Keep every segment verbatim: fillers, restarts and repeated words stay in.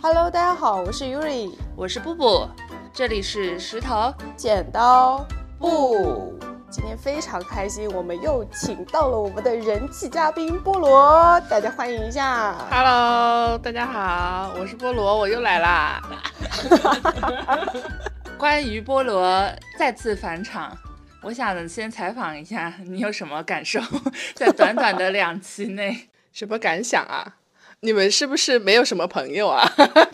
Hello， 大家好，我是 Yuri， 我是布布，这里是石头剪刀布。今天非常开心，我们又请到了我们的人气嘉宾菠萝，大家欢迎一下。 Hello， 大家好，我是菠萝，我又来啦。 关于菠萝再次返场，我想先采访一下，你有什么感受？在短短的两期内， 什么感想啊？你们是不是没有什么朋友啊？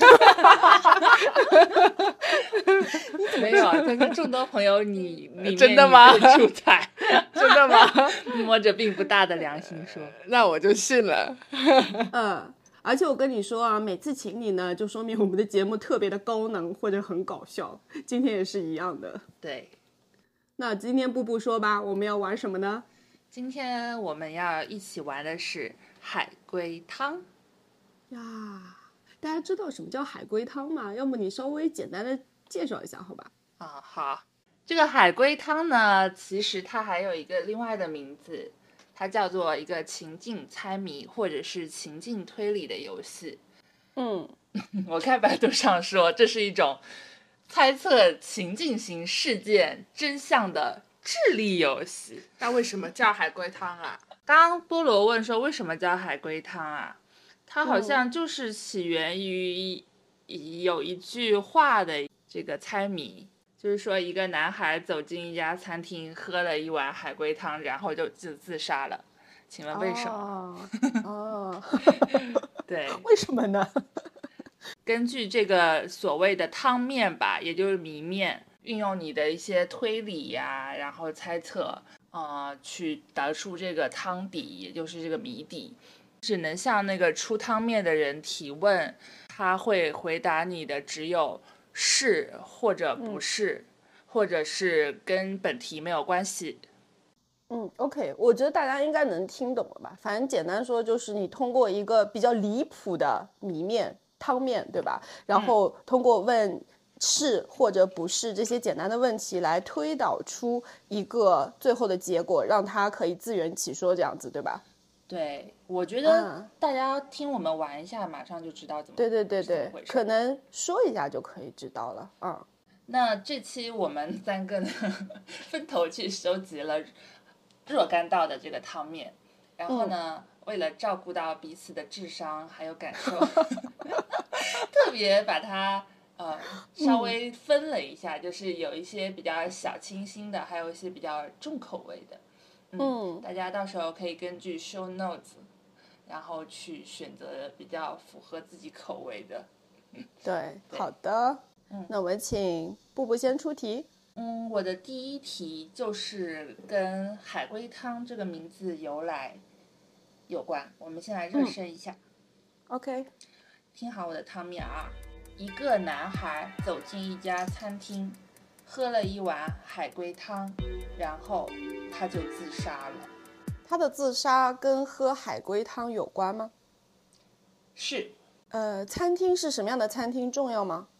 没有，在这众多朋友你里面真的吗？ 你最出彩， 真的吗？ 摸着并不大的良心说， 那我就信了。 嗯，而且我跟你说啊，每次请你呢，就说明我们的节目特别的高能或者很搞笑。今天也是一样的。 对。 那今天布布说吧，我们要玩什么呢？ 今天我们要一起玩的是海龟汤。 呀，大家知道什么叫海龟汤吗？要么你稍微简单的介绍一下好吧？ 啊，好，这个海龟汤呢，其实它还有一个另外的名字，它叫做一个情境猜谜或者是情境推理的游戏。 嗯， 我看百度上说这是一种猜测情境型事件真相的智力游戏。 那为什么叫海龟汤啊？ 刚刚菠萝问说为什么叫海龟汤啊？它好像就是起源于有一句话的这个猜谜，就是说一个男孩走进一家餐厅，喝了一碗海龟汤，然后就自自杀了。请问为什么？ 哦，哦对， 为什么呢？ 根据这个所谓的汤面吧，也就是谜面，运用你的一些推理呀、啊，然后猜测，呃，去得出这个汤底，也就是这个谜底。只能向那个出汤面的人提问，他会回答你的只有是或者不是、嗯、或者是跟本题没有关系。 嗯 OK， 我觉得大家应该能听懂了吧，反正简单说就是你通过一个比较离谱的谜面汤面，对吧，然后通过问是或者不是这些简单的问题来推导出一个最后的结果，让他可以自圆其说，这样子对吧？ 对，我觉得大家听我们玩一下、嗯、马上就知道怎么对对对对，可能说一下就可以知道了。嗯， 那这期我们三个呢分头去收集了若干道的这个汤面，然后呢、嗯、为了照顾到彼此的智商还有感受特别把它呃稍微分了一下、嗯、就是有一些比较小清新的，还有一些比较重口味的。嗯, 嗯，大家到时候可以根据 show notes， 然后去选择比较符合自己口味的。 嗯、对, 对，好的。嗯，那我们请布布先出题。 嗯，我的第一题就是跟海龟汤这个名字由来有关，我们先来热身一下。 嗯、OK， 听好我的汤面啊！一个男孩走进一家餐厅，喝了一碗海龟汤，然后他就自杀了。 他的自杀跟喝海龟汤有关吗？ 是。 呃，餐厅是什么样的餐厅重要吗？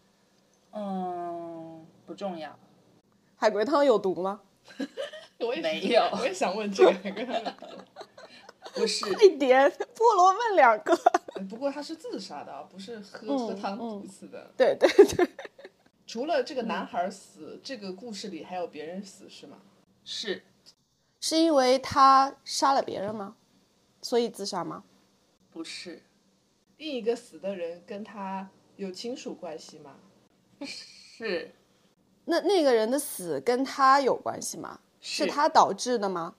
嗯，不重要。 海龟汤有毒吗？ 我也没有。 我也想问这个海龟汤有毒。 不是。 快点，菠萝问两个。 不过他是自杀的，不是喝、嗯、喝汤毒死的。 对对对。 除了这个男孩死、嗯、这个故事里还有别人死是吗？ 是。 是因为他杀了别人吗？所以自杀吗？ 不是。 另一个死的人跟他有亲属关系吗？ 是。 那那个人的死跟他有关系吗？ 是, 是他导致的吗？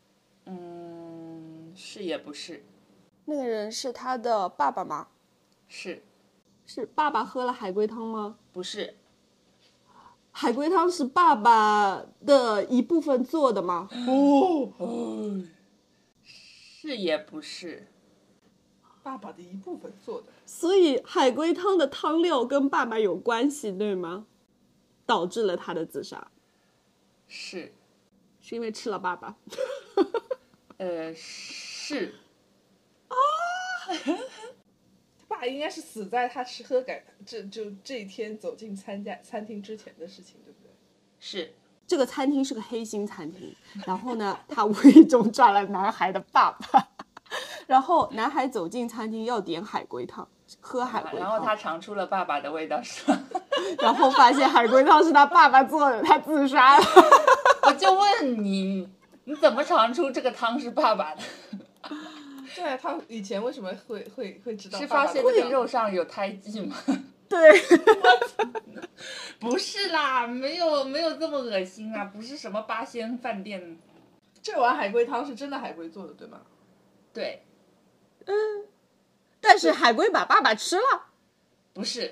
嗯，是也不是。 那个人是他的爸爸吗？ 是。 是爸爸喝了海龟汤吗？ 不是。 海龟汤是爸爸的一部分做的吗？ 哦，哦是也不是。 爸爸的一部分做的。 所以海龟汤的汤料跟爸爸有关系，对吗？导致了他的自杀。 是。 是因为吃了爸爸？ 呃，是。 啊。爸应该是死在他吃喝改这就这一天走进参加餐厅之前的事情，对不对？ 是。 这个餐厅是个黑心餐厅，然后呢，他无意中抓了男孩的爸爸， 然后男孩走进餐厅要点海龟汤，喝海龟汤， 然后他尝出了爸爸的味道，是吧？ 然后发现海龟汤是他爸爸做的，他自杀了。 我就问你，你怎么尝出这个汤是爸爸的？ 对啊，他以前为什么会会会知道？ 是发现这个肉上有胎记吗？ 对， 不是啦，没有没有这么恶心啊，不是什么八仙饭店。 这碗海龟汤是真的海龟做的，对吗？ 对， 嗯，但是海龟把爸爸吃了， 不是，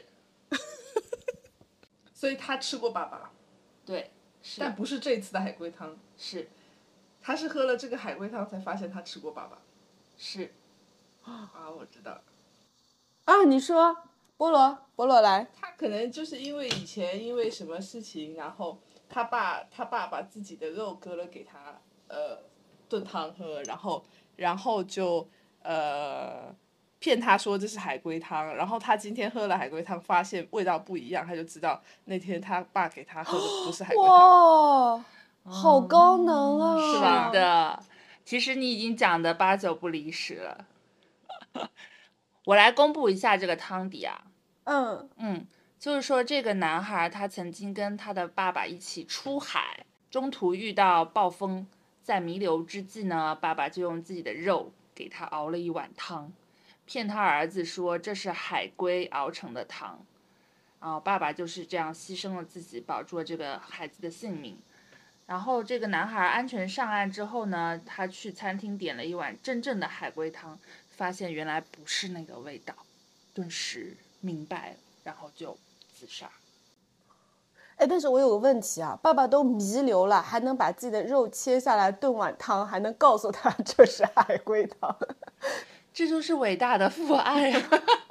所以他吃过爸爸， 对，是， 但不是这次的海龟汤， 是， 他是喝了这个海龟汤才发现他吃过爸爸。 是， 啊，我知道了。 啊，你说，菠萝，菠萝来， 他可能就是因为以前因为什么事情，然后他爸他爸把自己的肉割了给他，呃，炖汤喝，然后然后就呃骗他说这是海龟汤，然后他今天喝了海龟汤，发现味道不一样，他就知道那天他爸给他喝的不是海龟汤。 哇，好高能啊！ 是吧是的，其实你已经讲的八九不离十了。我来公布一下这个汤底啊。 嗯嗯，就是说这个男孩他曾经跟他的爸爸一起出海，中途遇到暴风，在弥留之际呢，爸爸就用自己的肉给他熬了一碗汤，骗他儿子说这是海龟熬成的汤。然后爸爸就是这样牺牲了自己，保住了这个孩子的性命。然后这个男孩安全上岸之后呢，他去餐厅点了一碗真正的海龟汤，发现原来不是那个味道，顿时明白了，然后就自杀。 哎，但是我有个问题啊，爸爸都弥留了，还能把自己的肉切下来炖碗汤，还能告诉他这是海龟汤， 这就是伟大的父爱啊！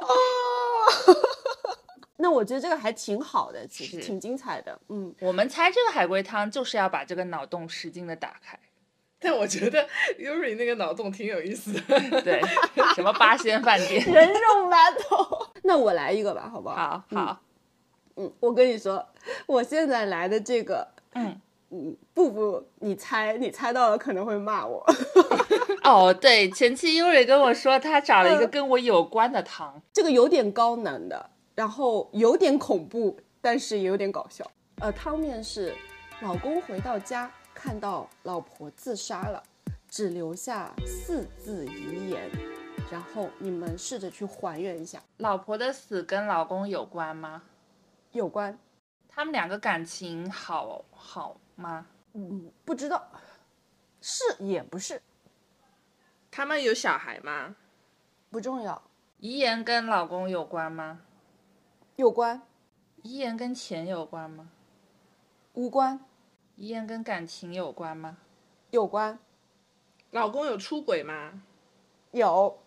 那我觉得这个还挺好的，其实是挺精彩的。嗯， 我们猜这个海龟汤就是要把这个脑洞使劲的打开。 但我觉得 Yuri 那个脑洞挺有意思的。 对，什么八仙饭店？ 人肉馒头。那我来一个吧，好不好？ 好好， 嗯，我跟你说，我现在来的这个， 嗯嗯，不不，你猜，你猜到了可能会骂我。 哦，对，前期优蕊跟我说他找了一个跟我有关的汤， 这个有点高难的，然后有点恐怖，但是也有点搞笑。呃，汤面是老公回到家，看到老婆自杀了，只留下四字遗言，然后你们试着去还原一下。 老婆的死跟老公有关吗？ 有关， 他们两个感情好好吗？ 嗯，不知道，是也不是， 他们有小孩吗？ 不重要， 遗言跟老公有关吗？ 有关， 遗言跟钱有关吗？ 无关， 遗言跟感情有关吗？ 有关， 老公有出轨吗？ 有。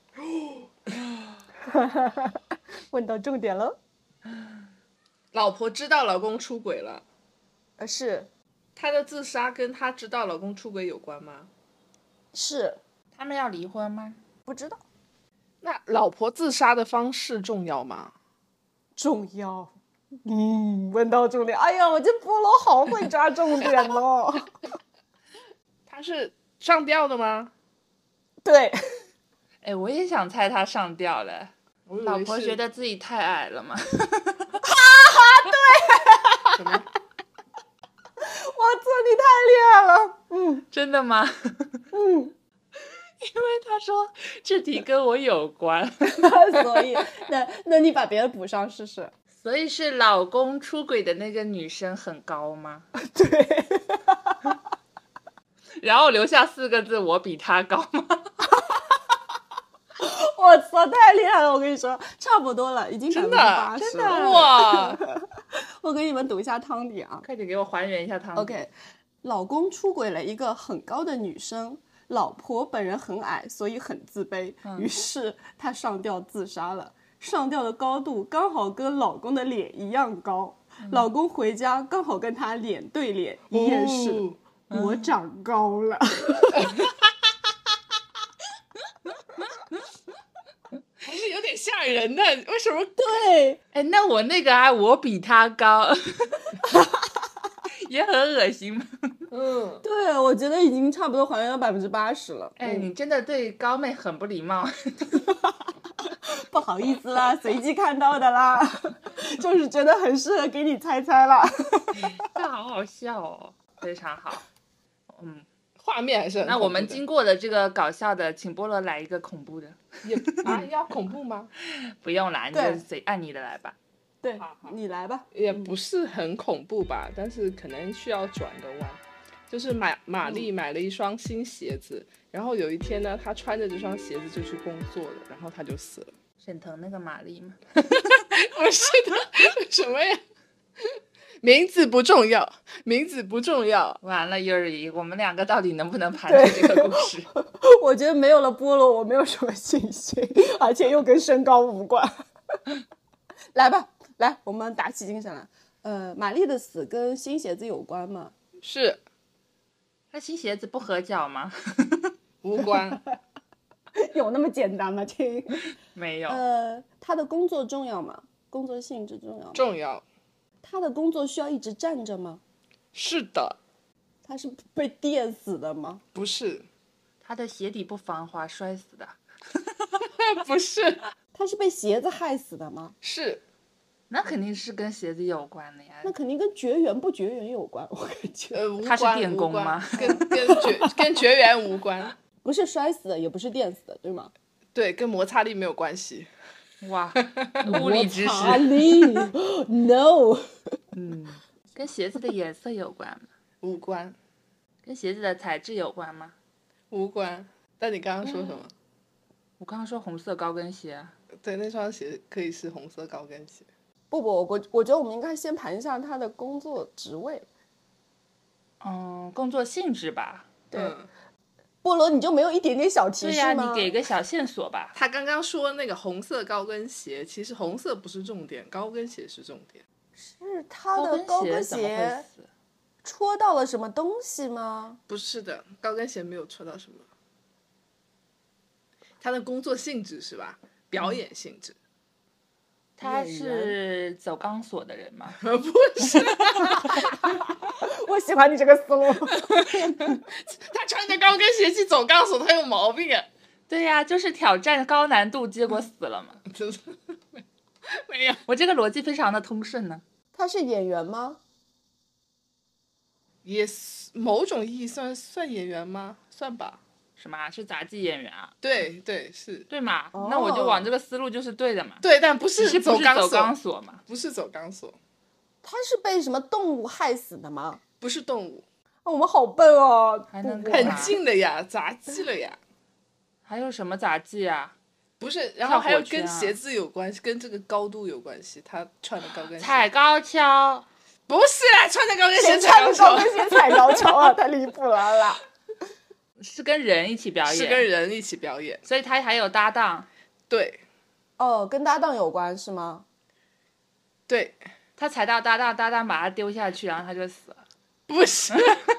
问到重点了。 老婆知道老公出轨了， 呃，是她的自杀跟她知道老公出轨有关吗？ 是， 他们要离婚吗？ 不知道， 那老婆自杀的方式重要吗？ 重要。嗯，问到重点。哎呀，我这菠萝好会抓重点哦。 她是上吊的吗？ 对， 哎，我也想猜他上吊了。 我以为老婆是觉得自己太矮了吗？ 什么？ 哇塞，你太厉害了。嗯真的吗？ 嗯， 因为他说这题跟我有关， 所以那那你把别的补上试试。 所以是老公出轨的那个女生很高吗？ 对， 然后留下四个字：我比他高吗？ 我操，太厉害了！我跟你说，差不多了，已经百分之八十真的了。 哇！ 我给你们读一下汤底啊。 快点给我还原一下汤底。 OK， 老公出轨了一个很高的女生，老婆本人很矮，所以很自卑， 嗯于是她上吊自杀了。上吊的高度刚好跟老公的脸一样高， 嗯老公回家刚好跟她脸对脸，遗言是、 哦我长高了。 还是有点吓人的，为什么？ 对， 哎，那我那个啊，我比他高，也很恶心吗？ 嗯， 对，我觉得已经差不多还原到百分之八十了。 哎， 嗯你真的对高妹很不礼貌。 不好意思啦，随机看到的啦，就是觉得很适合给你猜猜啦。 这好好笑哦，非常好。嗯， 画面还是很那我们恐怖的经过了这个搞笑的，请菠萝来一个恐怖的。 也啊要恐怖吗？ 不用啦，你就对随按你的来吧。 对好好， 你来吧。 也不是很恐怖吧，但是可能需要转个弯。就是玛玛丽买了一双新鞋子，然后有一天呢，她穿着这双鞋子就去工作了，然后她就死了。 沈腾那个玛丽吗？ 不是的，什么呀？名字不重要，名字不重要。 完了，幼儿怡，我们两个到底能不能盘出这个故事？ 我觉得没有了菠萝，我没有什么信心，而且又跟身高无关。来吧，来，我们打起精神来。呃，玛丽的死跟新鞋子有关吗？ 是那新鞋子不合脚吗？ 无关。 有那么简单吗？亲。 没有。 呃，他的工作重要吗？工作性质重要吗？ 重要。 他的工作需要一直站着吗？ 是的。 他是被电死的吗？ 不是。 他的鞋底不防滑摔死的？ 不是。 他是被鞋子害死的吗？ 是。 那肯定是跟鞋子有关的呀。 那肯定跟绝缘不绝缘有关，我感觉。 呃，无关。 他是电工吗？ 跟跟绝跟绝缘无关。 不是摔死的，也不是电死的，对吗？ 对，跟摩擦力没有关系。 哇，物理知识。 摩擦力，no。 嗯，跟鞋子的颜色有关吗？ 无关。 跟鞋子的材质有关吗？ 无关。但你刚刚说什么？ 嗯、我刚刚说红色高跟鞋。 对，那双鞋可以是红色高跟鞋。 不不，我我觉得我们应该先盘一下他的工作职位。 嗯，工作性质吧。 对。 嗯菠萝，你就没有一点点小提示吗？ 对呀、啊，你给个小线索吧。 他刚刚说那个红色高跟鞋，其实红色不是重点，高跟鞋是重点。 是他的高跟鞋怎么会死？ 戳到了什么东西吗？ 不是的，高跟鞋没有戳到什么。他的工作性质是吧？表演性质。 他是走钢索的人吗？ 不是。 我喜欢你这个思路。 他穿着高跟鞋去走钢索，他有毛病啊！ 对呀、啊，就是挑战高难度，结果死了嘛。 没有， 我这个逻辑非常的通顺呢。 他是演员吗？ 也某种意义算算演员吗？算吧。 什么？是杂技演员啊？ 对对是。 对嘛、 哦？ 那我就往这个思路就是对的嘛。 对，但不是走钢索，钢索嘛？ 不是走钢索。 他是被什么动物害死的吗？ 不是动物。 哦、我们好笨哦， 还能很近了呀，杂技了呀。 还有什么杂技啊？ 不是，然后还有跟鞋子有关系，跟这个高度有关系。他穿的高跟鞋。 踩高跷？ 不是啦，穿着高跟鞋踩高跷。高跟鞋踩高跷啊，太离谱了啦！ 是跟人一起表演， 是跟人一起表演， 所以他还有搭档。 对。 哦，跟搭档有关是吗？ 对。 他踩到搭档，搭档把他丢下去，然后他就死了。 不是。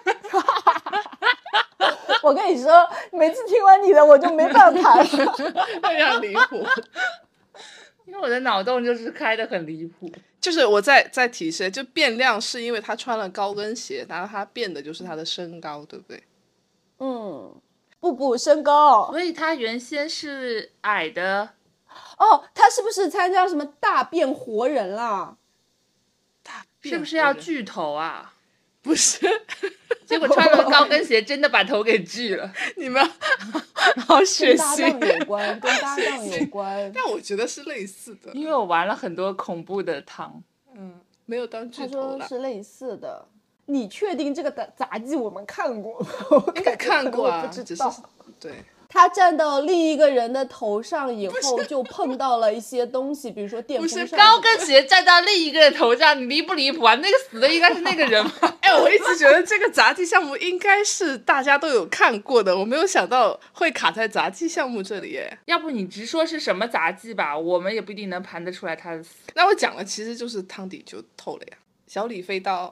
我跟你说，每次听完你的，我就没办法了， 非常离谱。 因为我的脑洞就是开得很离谱。 就是我再再提示，就变量是因为他穿了高跟鞋，然后他变的就是他的身高，对不对？ 嗯，不补身高。 所以他原先是矮的。 哦，他是不是参加什么大变活人啦？ 大变是不是要锯头啊？ 不是。 结果穿了高跟鞋，真的把头给锯了。 你们好血腥。跟搭档有关，跟搭档有关。 但我觉得是类似的， 因为我玩了很多恐怖的汤。 嗯，没有当剧头了。他说是类似的。你确定这个杂技我们看过吗？ 应该看过啊， 不知道。 对。 他站到另一个人的头上以后，就碰到了一些东西，比如说电风扇。 不是高跟鞋站到另一个人头上，你离不离谱啊？那个死的应该是那个人吧？ 哎，我一直觉得这个杂技项目应该是大家都有看过的，我没有想到会卡在杂技项目这里耶。 要不你直说是什么杂技吧，我们也不一定能盘得出来他的死。 那我讲了，其实就是汤底就透了呀。小李飞刀。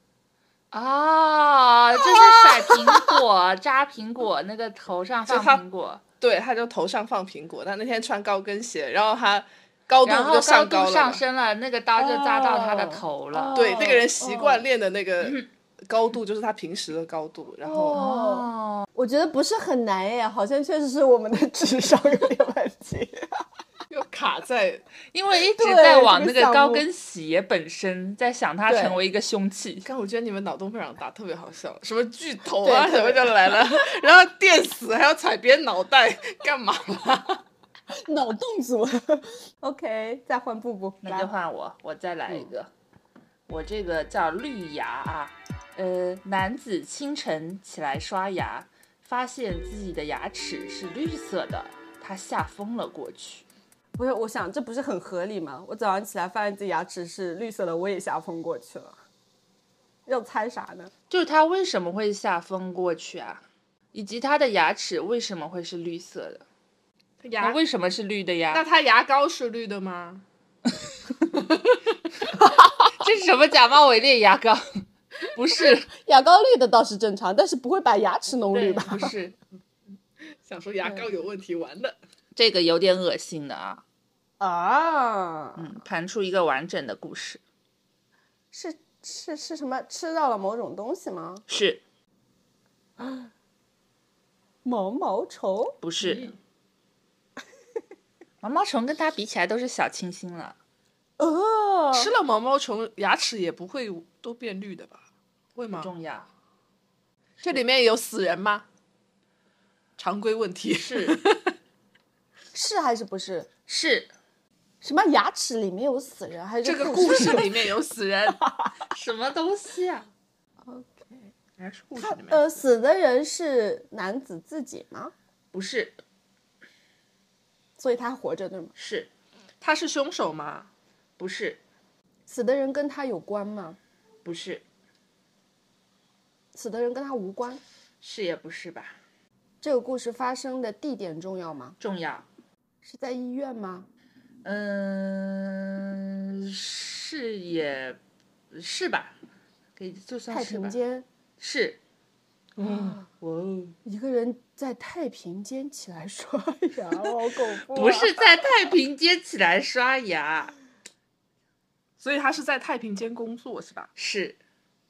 哦，就是甩苹果、扎苹果，那个头上放苹果。 对，他就头上放苹果，他那天穿高跟鞋，然后他高度就上高了， 高度上升了，那个刀就扎到他的头了。 哦、对，那个人习惯练的那个、嗯、 高度就是他平时的高度，然后哦，我觉得不是很难耶，好像确实是我们的智商有点问题。 又卡在， 因为一直在往那这个项目个高跟鞋本身，在想它对成为一个凶器。 刚我觉得你们脑洞非常大，特别好笑，什么巨头啊对什么就来了，然后电死还要踩别人脑袋，干嘛啦？ 脑洞组，OK， 再换布布， 那就换我，我再来一个。我这个叫绿牙啊，呃，男子清晨起来刷牙，发现自己的牙齿是绿色的，他吓疯了过去。 不是，我想这不是很合理吗？我早上起来发现自己牙齿是绿色的，我也吓疯过去了。要猜啥呢？ 就是他为什么会吓疯过去啊？以及他的牙齿为什么会是绿色的？ 牙那为什么是绿的呀？ 那他牙膏是绿的吗？ 这是什么假冒伪劣牙膏？不是， 牙膏绿的倒是正常，但是不会把牙齿弄绿对， 吧？ 不是， 想说牙膏有问题，完了。 这个有点恶心的啊。 啊， 嗯，盘出一个完整的故事。 是是是什么？吃到了某种东西吗？ 是毛毛虫？ 不是？毛毛虫跟它比起来都是小清新了。 呃， 吃了毛毛虫，牙齿也不会都变绿的吧？会吗？ 重要这里面有死人吗？常规问题是是还是不是？ 是什么牙齿里面有死人？还是这个故事里面有死人。 什么东西啊？ ？OK， 还是故事他里面呃，死的人是男子自己吗？ 不是， 所以他活着对吗？ 是他是凶手吗？ 不是？ 死的人跟他有关吗？ 不是， 死的人跟他无关。 是也不是吧？ 这个故事发生的地点重要吗？ 重要。 是在医院吗？ 嗯，是也是吧？可以就算太是吧平间。 是。 哇哦！一个人在太平间起来刷牙，好恐怖、啊！ 不是在太平间起来刷牙， 所以他是在太平间工作是吧？ 是。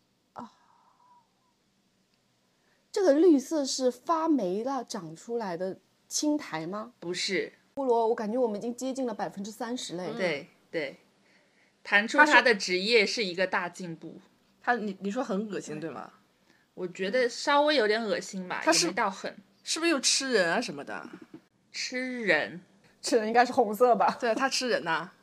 这个绿色是发霉了长出来的青苔吗？ 不是。 菠萝，我感觉我们已经接近了百分之三十嘞。 对对，弹出他的职业是一个大进步。 他你你说很恶心对吗？ 我觉得稍微有点恶心吧， 他是也没到很。 是不是又吃人啊什么的？ 吃人？ 吃的应该是红色吧？ 对，他吃人呐、啊。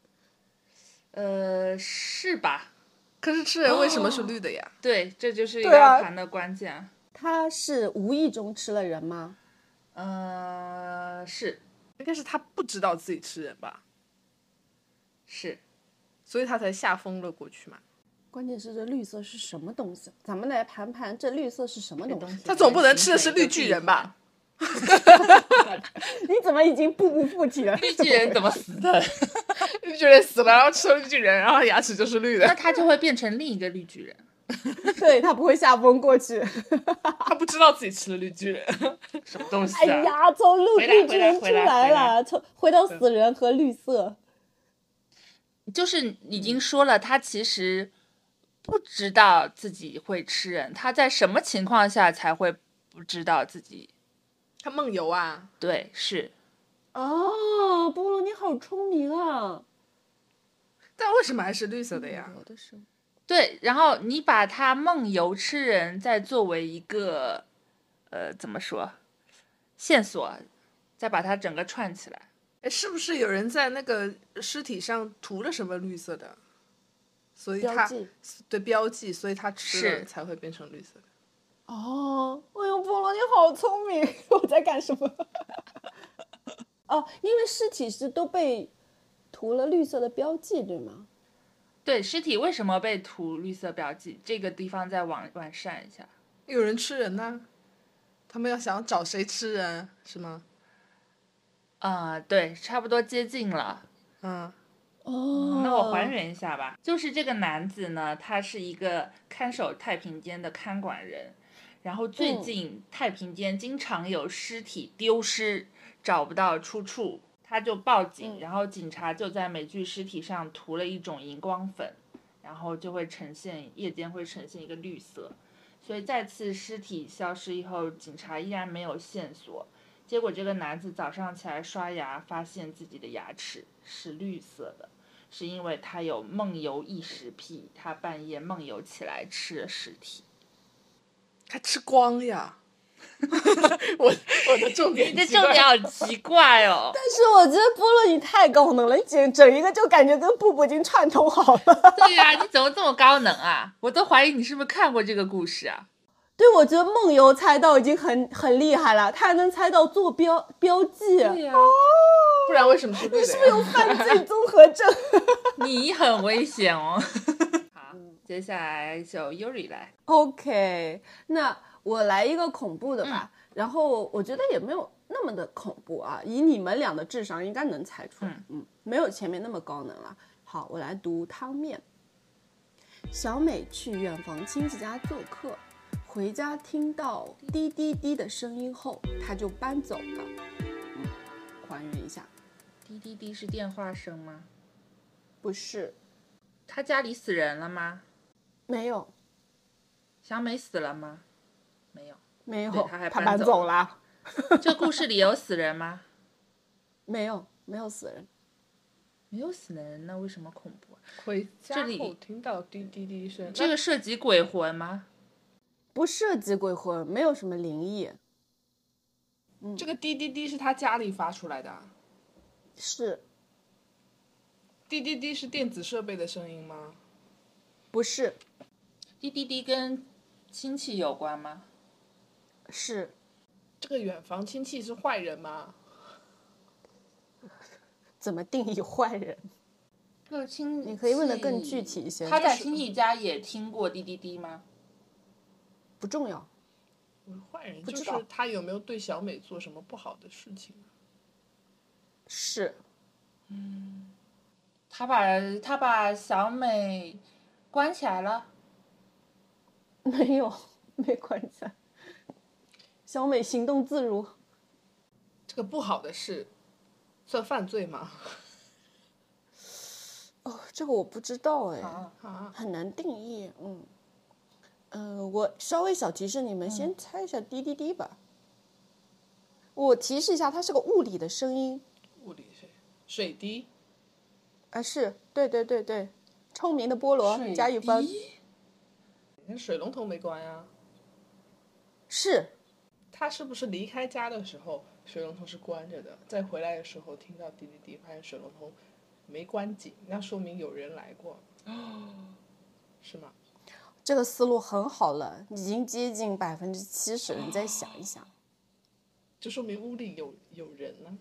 呃，是吧？ 可是吃人为什么是绿的呀？ 哦、对，这就是对啊要盘的关键。 他是无意中吃了人吗？ 呃，是。 应该是他不知道自己吃人吧？ 是。 所以他才吓疯了过去嘛。 关键是这绿色是什么东西？咱们来盘盘这绿色是什么东西？ 他总不能吃的是绿巨人吧？ 你怎么已经步步附体了？ 绿巨人怎么死的？ 绿巨人死了，然后吃了绿巨人，然后牙齿就是绿的。 那他就会变成另一个绿巨人。 对，他不会吓疯过去。 他不知道自己吃了绿巨人， 什么东西、啊？ 哎呀，从绿绿巨人出来了，从回到死人和绿色。 就是已经说了，他其实不知道自己会吃人，他在什么情况下才会不知道自己？ 他梦游啊？ 对，是。 哦，菠萝你好聪明啊！ 但为什么还是绿色的呀？ 有的时候。 对，然后你把他梦游吃人再作为一个呃怎么说线索，再把它整个串起来。 哎，是不是有人在那个尸体上涂了什么绿色的？所以他对标记，所以他吃了才会变成绿色的。 哦，哎呦，菠萝你好聪明！我在干什么？哦，因为尸体是都被涂了绿色的标记，对吗？ 对，尸体为什么被涂绿色标记？这个地方再完完善一下。 有人吃人呢、啊，他们要想找谁吃人是吗？ 啊、呃，对，差不多接近了。 嗯， 哦， 那我还原一下吧。就是这个男子呢，他是一个看守太平间的看管人，然后最近太平间经常有尸体丢失，找不到出处。他就报警，然后警察就在每具尸体上涂了一种荧光粉， 然后就会呈现夜间会呈现一个绿色。所以再次尸体消失以后，警察依然没有线索。结果这个男子早上起来刷牙，发现自己的牙齿是绿色的，是因为他有梦游异食癖，他半夜梦游起来吃了尸体。 他吃光呀！我我的重点， 你的重点好奇怪哦。 但是我觉得菠萝你太高能了，你整整一个就感觉跟步步已经串通好了。 对呀、啊，你怎么这么高能啊？我都怀疑你是不是看过这个故事啊？ 对，我觉得梦游猜到已经很很厉害了，他还能猜到坐标标记。 对呀、啊， 不然为什么是对的呀？ 你是不是有犯罪综合症？ 你很危险哦。好，接下来就 Yuri 来。 OK， 那我来一个恐怖的吧。 嗯、 然后我觉得也没有那么的恐怖啊，以你们俩的智商应该能猜出来。嗯, 嗯，没有前面那么高能了。好，我来读汤面。小美去远房亲戚家做客，回家听到滴滴滴的声音后，她就搬走了。嗯，还原一下。 滴滴滴是电话声吗？ 不是。 她家里死人了吗？ 没有。 小美死了吗？没有。 没有， 她还搬走了。走了这故事里有死人吗？ 没有，没有死人。 没有死人，那为什么恐怖啊？ 回家后听到滴滴滴声， 这个涉及鬼魂吗？ 不涉及鬼魂，没有什么灵异。 嗯，这个滴滴滴是他家里发出来的、啊。 是。 滴滴滴是电子设备的声音吗？ 不是。 滴滴滴跟亲戚有关吗？ 是。 这个远房亲戚是坏人吗？ 怎么定义坏人？ 这个亲， 你可以问得更具体一些。 他在亲戚家也听过滴滴滴吗？ 不重要。 坏人就是他有没有对小美做什么不好的事情？ 是。 嗯，他把他把小美关起来了？ 没有，没关起来。小美行动自如。 这个不好的事算犯罪吗？ 哦，这个我不知道哎， 啊、 很难定义。嗯，嗯、呃，我稍微小提示你们，先猜一下滴滴滴吧。嗯、我提示一下，它是个物理的声音。 物理水水滴。 啊，是对对对对，聪明的菠萝加一分。 你看水龙头没关呀？ 是。 他是不是离开家的时候水龙头是关着的，再回来的时候听到滴滴滴，发现水龙头没关紧，那说明有人来过，是吗？ 这个思路很好了，已经接近百分之七十了。你再想一想， 就说明屋里有有人呢。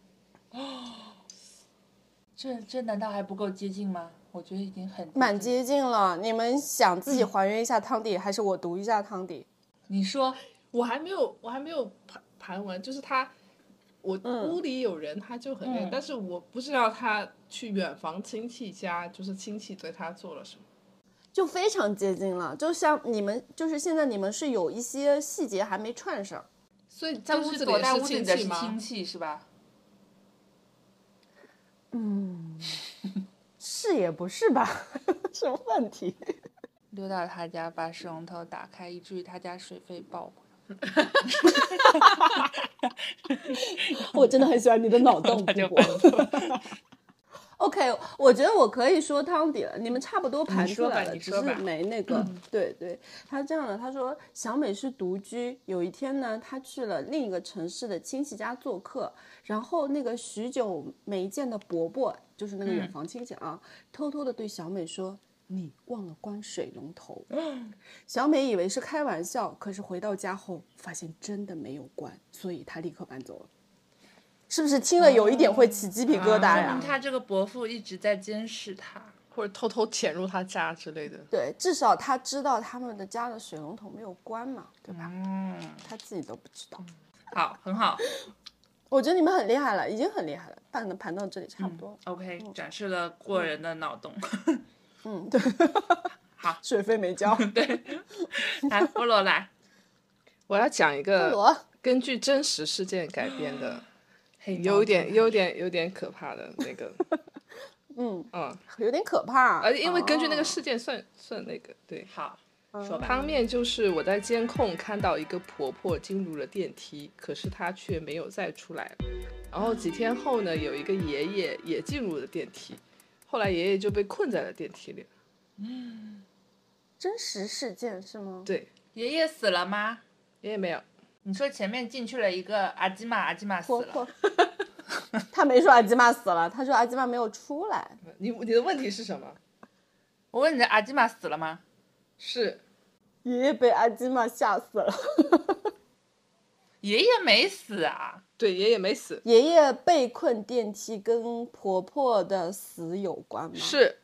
这这难道还不够接近吗？我觉得已经很蛮接近了。你们想自己还原一下汤底，嗯、还是我读一下汤底？ 你说。 我还没有，我还没有盘盘完，就是他，我屋里有人，他就很累、嗯，但是我不知道他去远房亲戚家，就是亲戚对他做了什么， 就非常接近了。就像你们，就是现在你们是有一些细节还没串上， 所以在屋子里躲在屋子里的是亲戚是吧？ 嗯，是也不是吧？什么问题？ 溜到他家，把水龙头打开，以至于他家水费爆。 我真的很喜欢你的脑洞， 就 OK， 我觉得我可以说汤底了，你们差不多盘出来了，只是没那个。嗯、对对，他这样的，他说小美是独居，有一天呢，她去了另一个城市的亲戚家做客，然后那个许久没见的伯伯，就是那个远房亲戚啊，嗯、偷偷的对小美说。你忘了关水龙头。小美以为是开玩笑，可是回到家后发现真的没有关，所以她立刻搬走了。是不是听了有一点会起鸡皮疙瘩呀？ 说明他这个伯父一直在监视他， 或者偷偷潜入他家之类的。 对，至少他知道他们的家的水龙头没有关嘛，对吧？ 嗯， 他自己都不知道。 好，很好。 我觉得你们很厉害了，已经很厉害了，盘盘到这里差不多。 嗯、OK，、嗯、展示了过人的脑洞。 嗯，对， 好， 水费没交。 对，来，菠萝来， 我要讲一个根据真实事件改编的，有点、有点、有点可怕的那个。 嗯嗯， 有点可怕。 而且因为根据那个哦事件算、算那个对。 好，说吧。 汤面就是我在监控看到一个婆婆进入了电梯，可是她却没有再出来。然后几天后呢，有一个爷爷也进入了电梯，后来爷爷就被困在了电梯里。 嗯， 真实事件是吗？ 对， 爷爷死了吗？ 爷爷没有。 你说前面进去了一个阿基玛，阿基玛死了。 婆婆，他没说阿基玛死了，他说阿基玛没有出来。 你你的问题是什么？ 我问你的阿基玛死了吗？ 是爷爷被阿基玛吓死了。 爷爷没死啊。 对，爷爷没死。 爷爷被困电梯跟婆婆的死有关吗？ 是。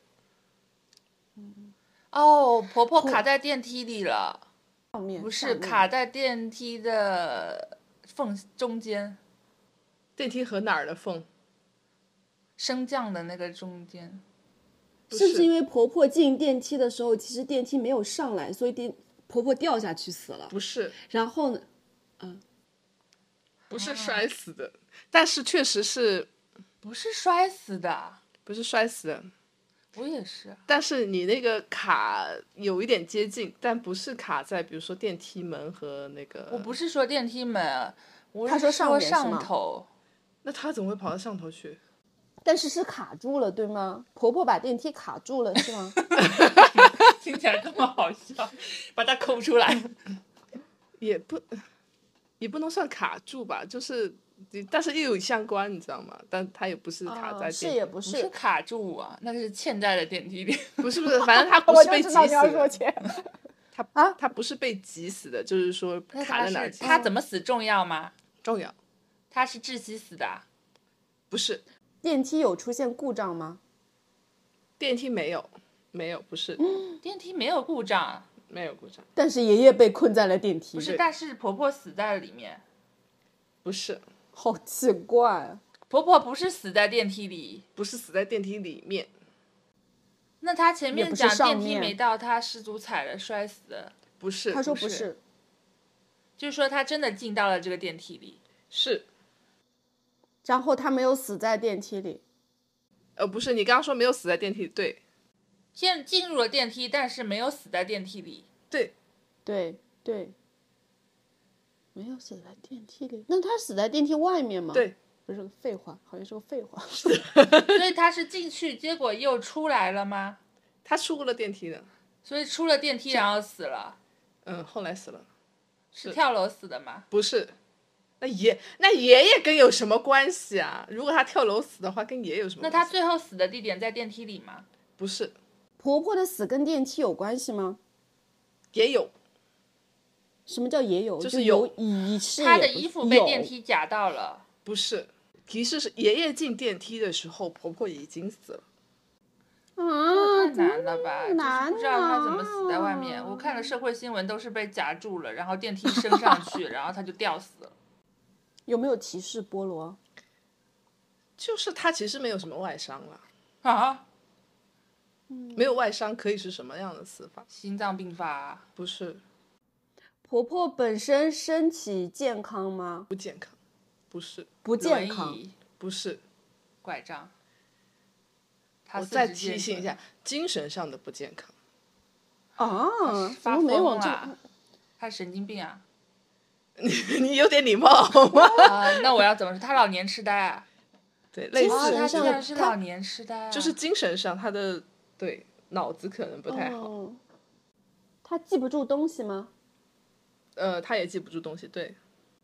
哦，婆婆卡在电梯里了。 上面不是卡在电梯的缝中间， 电梯和哪儿的缝？ 升降的那个中间。 是不是因为婆婆进电梯的时候，其实电梯没有上来，所以电婆婆掉下去死了？ 不是。 然后呢？嗯， 不是摔死的，啊、但是确实是， 不是摔死的， 不是摔死的。 我也是， 但是你那个卡有一点接近，但不是卡在比如说电梯门和那个。 我不是说电梯门，我他说是说上面上头。 那他怎么会跑到上头去？ 但是是卡住了，对吗？婆婆把电梯卡住了，是吗？ 听起来这么好笑，把它抠出来。 也不，也不能算卡住吧，就是。但是又有相关，你知道吗？但它也不是卡在电梯、 哦、是也不是，不是卡住啊，那是嵌在了电梯里。 不是不是，反正他不是被挤死的。他啊，他不是被挤死的，就是说卡在哪儿。 他怎么死重要吗？ 重要。 他是窒息死的？ 不是。 电梯有出现故障吗？ 电梯没有，没有，不是。 嗯、电梯没有故障， 没有故障。 但是爷爷被困在了电梯。 不是，但是婆婆死在了里面。 不是。 好奇怪， 婆婆不是死在电梯里， 不是死在电梯里面。 那她前面讲电梯没到，她失足踩了摔死的， 不是？ 她说不是， 就是说她真的进到了这个电梯里， 是。 然后她没有死在电梯里， 呃，不是，你刚刚说没有死在电梯里，对。 先进入了电梯，但是没有死在电梯里， 对， 对对。没有死在电梯里，那他死在电梯外面吗？ 对， 不是个废话，好像是个废话。 所以他是进去，结果又出来了吗？ 他出过了电梯的， 所以出了电梯然后死了。 嗯，后来死了。 是跳楼死的吗？ 不是，那爷那爷爷跟有什么关系啊？如果他跳楼死的话，跟爷爷有什么关系？ 那他最后死的地点在电梯里吗？ 不是。 婆婆的死跟电梯有关系吗？ 也有。 什么叫也有？ 就是有仪式。 他的衣服被电梯夹到了。 不是，提示是爷爷进电梯的时候，婆婆已经死了。 啊， 太难了吧！ 难、啊、 就是不知道他怎么死在外面。我看了社会新闻，都是被夹住了，然后电梯升上去，然后他就吊死了。 有没有提示菠萝？ 就是他其实没有什么外伤了啊。 没有外伤可以是什么样的死法？ 心脏病发、啊？ 不是。 婆婆本身身体健康吗？ 不健康。不是。 不健康。 不是。 拐杖。 我再提醒一下，精神上的不健康。 啊？ 发疯了？他神经病啊！ 你你有点礼貌好吗？ 啊，那我要怎么说？他老年痴呆啊？ 对，类似。 他居然是老年痴呆、啊， 就是精神上他的对脑子可能不太好。 哦、他记不住东西吗？ 呃，他也记不住东西，对。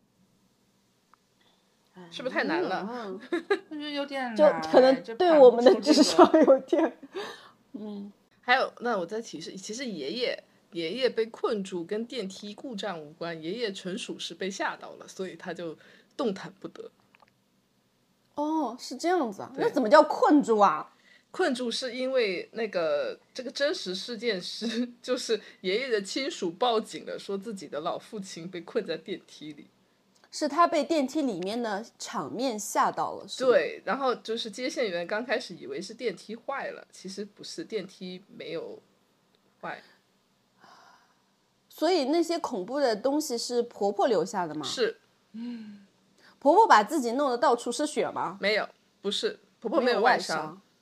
是不是太难了？ 我觉得有点难， 就可能对我们的智商有点。嗯， 还有，那我再提示，其实爷爷爷爷被困住跟电梯故障无关，爷爷纯属是被吓到了，所以他就动弹不得。 哦，是这样子啊？那怎么叫困住啊？ 困住是因为那个这个真实事件是，就是爷爷的亲属报警了，说自己的老父亲被困在电梯里。 是他被电梯里面的场面吓到了，是吗？ 对，然后就是接线员刚开始以为是电梯坏了，其实不是，电梯没有坏。 所以那些恐怖的东西是婆婆留下的吗？ 是。 嗯，婆婆把自己弄得到处是血吗？ 没有，不是，婆婆没有外伤。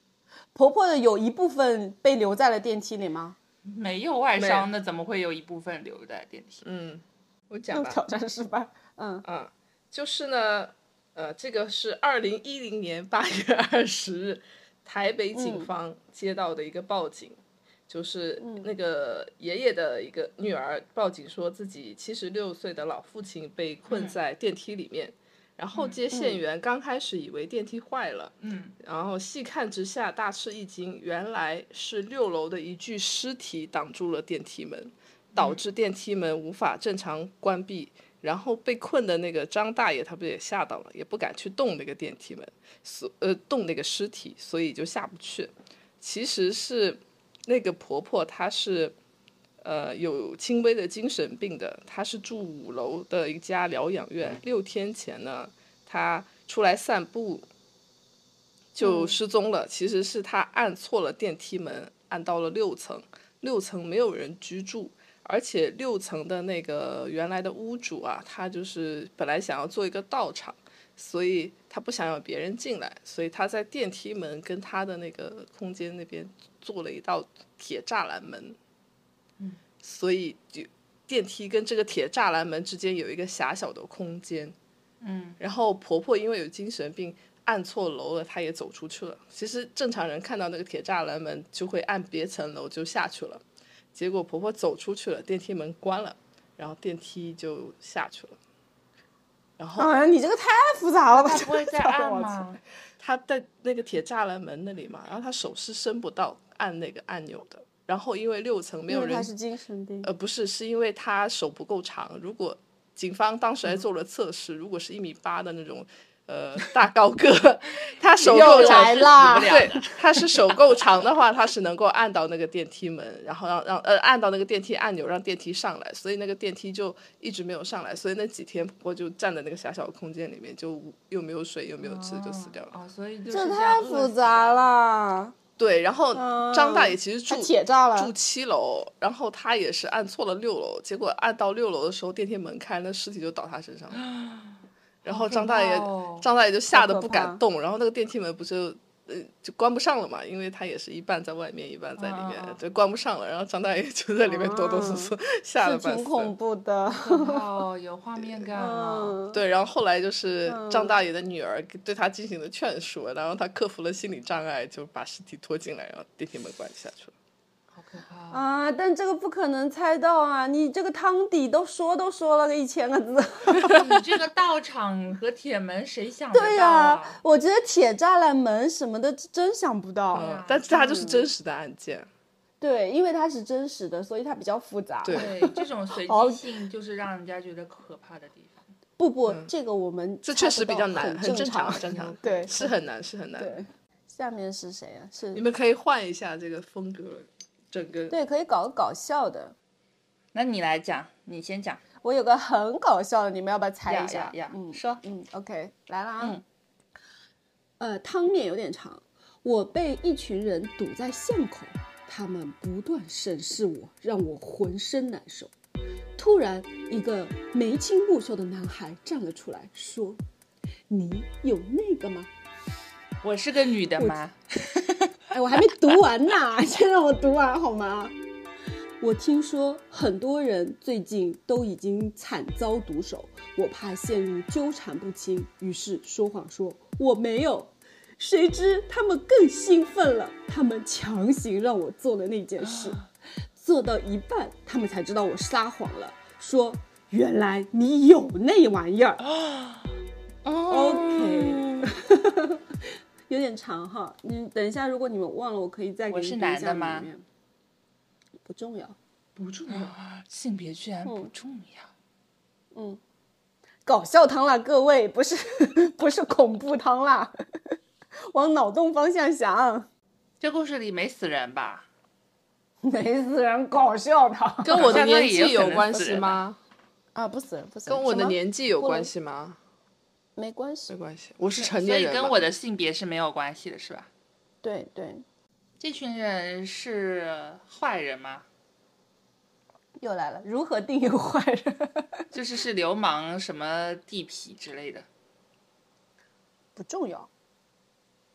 婆婆的有一部分被留在了电梯里吗？ 没有外伤的怎么会有一部分留在电梯？ 嗯，我讲吧。 又挑战失败。嗯嗯，就是呢，呃，这个是二零一零年八月二十日，台北警方接到的一个报警，嗯、就是那个爷爷的一个女儿报警说自己七十六岁的老父亲被困在电梯里面。嗯然后接线员刚开始以为电梯坏了， 嗯， 然后细看之下大吃一惊，原来是六楼的一具尸体挡住了电梯门，导致电梯门无法正常关闭。然后被困的那个张大爷他不也吓到了，也不敢去动那个电梯门，所呃动那个尸体，所以就下不去。其实是那个婆婆她是呃有轻微的精神病的，她是住五楼的一家疗养院。六天前呢，她出来散步就失踪了。嗯、其实是她按错了电梯门，按到了六层，六层没有人居住。而且六层的那个原来的屋主啊，他就是本来想要做一个道场，所以他不想有别人进来，所以他在电梯门跟他的那个空间那边做了一道铁栅栏门。 嗯， 所以就电梯跟这个铁栅栏门之间有一个狭小的空间。 嗯， 然后婆婆因为有精神病，按错楼了，她也走出去了。其实正常人看到那个铁栅栏门就会按别层楼就下去了。结果婆婆走出去了，电梯门关了，然后电梯就下去了。然后， 哎呀，你这个太复杂了吧？ 她不会再按吗？ 她在那个铁栅栏门那里嘛，然后她手是伸不到按那个按钮的。然后因为六层没有人， 因为她是精神病。 呃，不是，是因为她手不够长。如果警方当时还做了测试，嗯、如果是一米八的那种。呃，大高个，他手够长，对，他是手够长的话，他是能够按到那个电梯门，然后让让呃按到那个电梯按钮，让电梯上来，所以那个电梯就一直没有上来，所以那几天婆婆就站在那个狭小的空间里面，就又没有水又没有吃，就死掉了。 哦，所以就是这太复杂了。 对，然后张大爷其实住铁栅了， 住七楼，然后他也是按错了六楼，结果按到六楼的时候，电梯门开，那尸体就倒他身上了。然后张大爷， 哦、 张大爷就吓得不敢动，然后那个电梯门不是呃就关不上了嘛，因为他也是一半在外面，一半在里面，啊、就关不上了。然后张大爷就在里面哆哆嗦嗦，啊、吓得半死。 挺恐怖的， 哦，有画面感了。 嗯、 对，然后后来就是张大爷的女儿对他进行了劝说，然后他克服了心理障碍，就把尸体拖进来，然后电梯门关下去了。 可怕啊！但这个不可能猜到啊！你这个汤底都说都说了个一千个字， 你这个道场和铁门谁想得到啊？ 对呀、啊，我觉得铁栅栏门什么的真想不到。 嗯、但是它就是真实的案件。 嗯、对，因为它是真实的，所以它比较复杂。 对， 对这种随机性就是让人家觉得可怕的地方。 不不，嗯、这个我们这确实比较难， 很正常， 正常。 对， 是很难，是很难。 对，下面是谁啊？是你们可以换一下这个风格。整个对，可以搞个搞笑的。 那你来讲，你先讲。 我有个很搞笑的，你们要不要猜一下？ 呀呀嗯， 说， 嗯 ，OK， 来了啊。 嗯。 呃，汤面有点长。我被一群人堵在巷口，他们不断审视我，让我浑身难受。突然，一个眉清目秀的男孩站了出来，说：“你有那个吗？” 我是个女的吗？ 哎，我还没读完呢，先让我读完好吗？我听说很多人最近都已经惨遭毒手，我怕陷入纠缠不清，于是说谎说我没有。谁知他们更兴奋了，他们强行让我做了那件事，做到一半，他们才知道我撒谎了，说原来你有那玩意儿。OK。有点长哈，你等一下，如果你们忘了，我可以再给你读一下。 我是男的吗？ 不重要， 不重要，性别居然不重要。 嗯，搞笑汤啦，各位，不是不是恐怖汤啦，往脑洞方向想。 这故事里没死人吧？ 没死人，搞笑汤。 跟我的年纪有关系吗？ 啊，不死人，不死人。跟我的年纪有关系吗？ 没关系， 没关系，我是成年人， 所以跟我的性别是没有关系的，是吧？ 对对。 这群人是坏人吗？ 又来了，如何定义坏人？ 就是是流氓、什么地痞之类的。 不重要。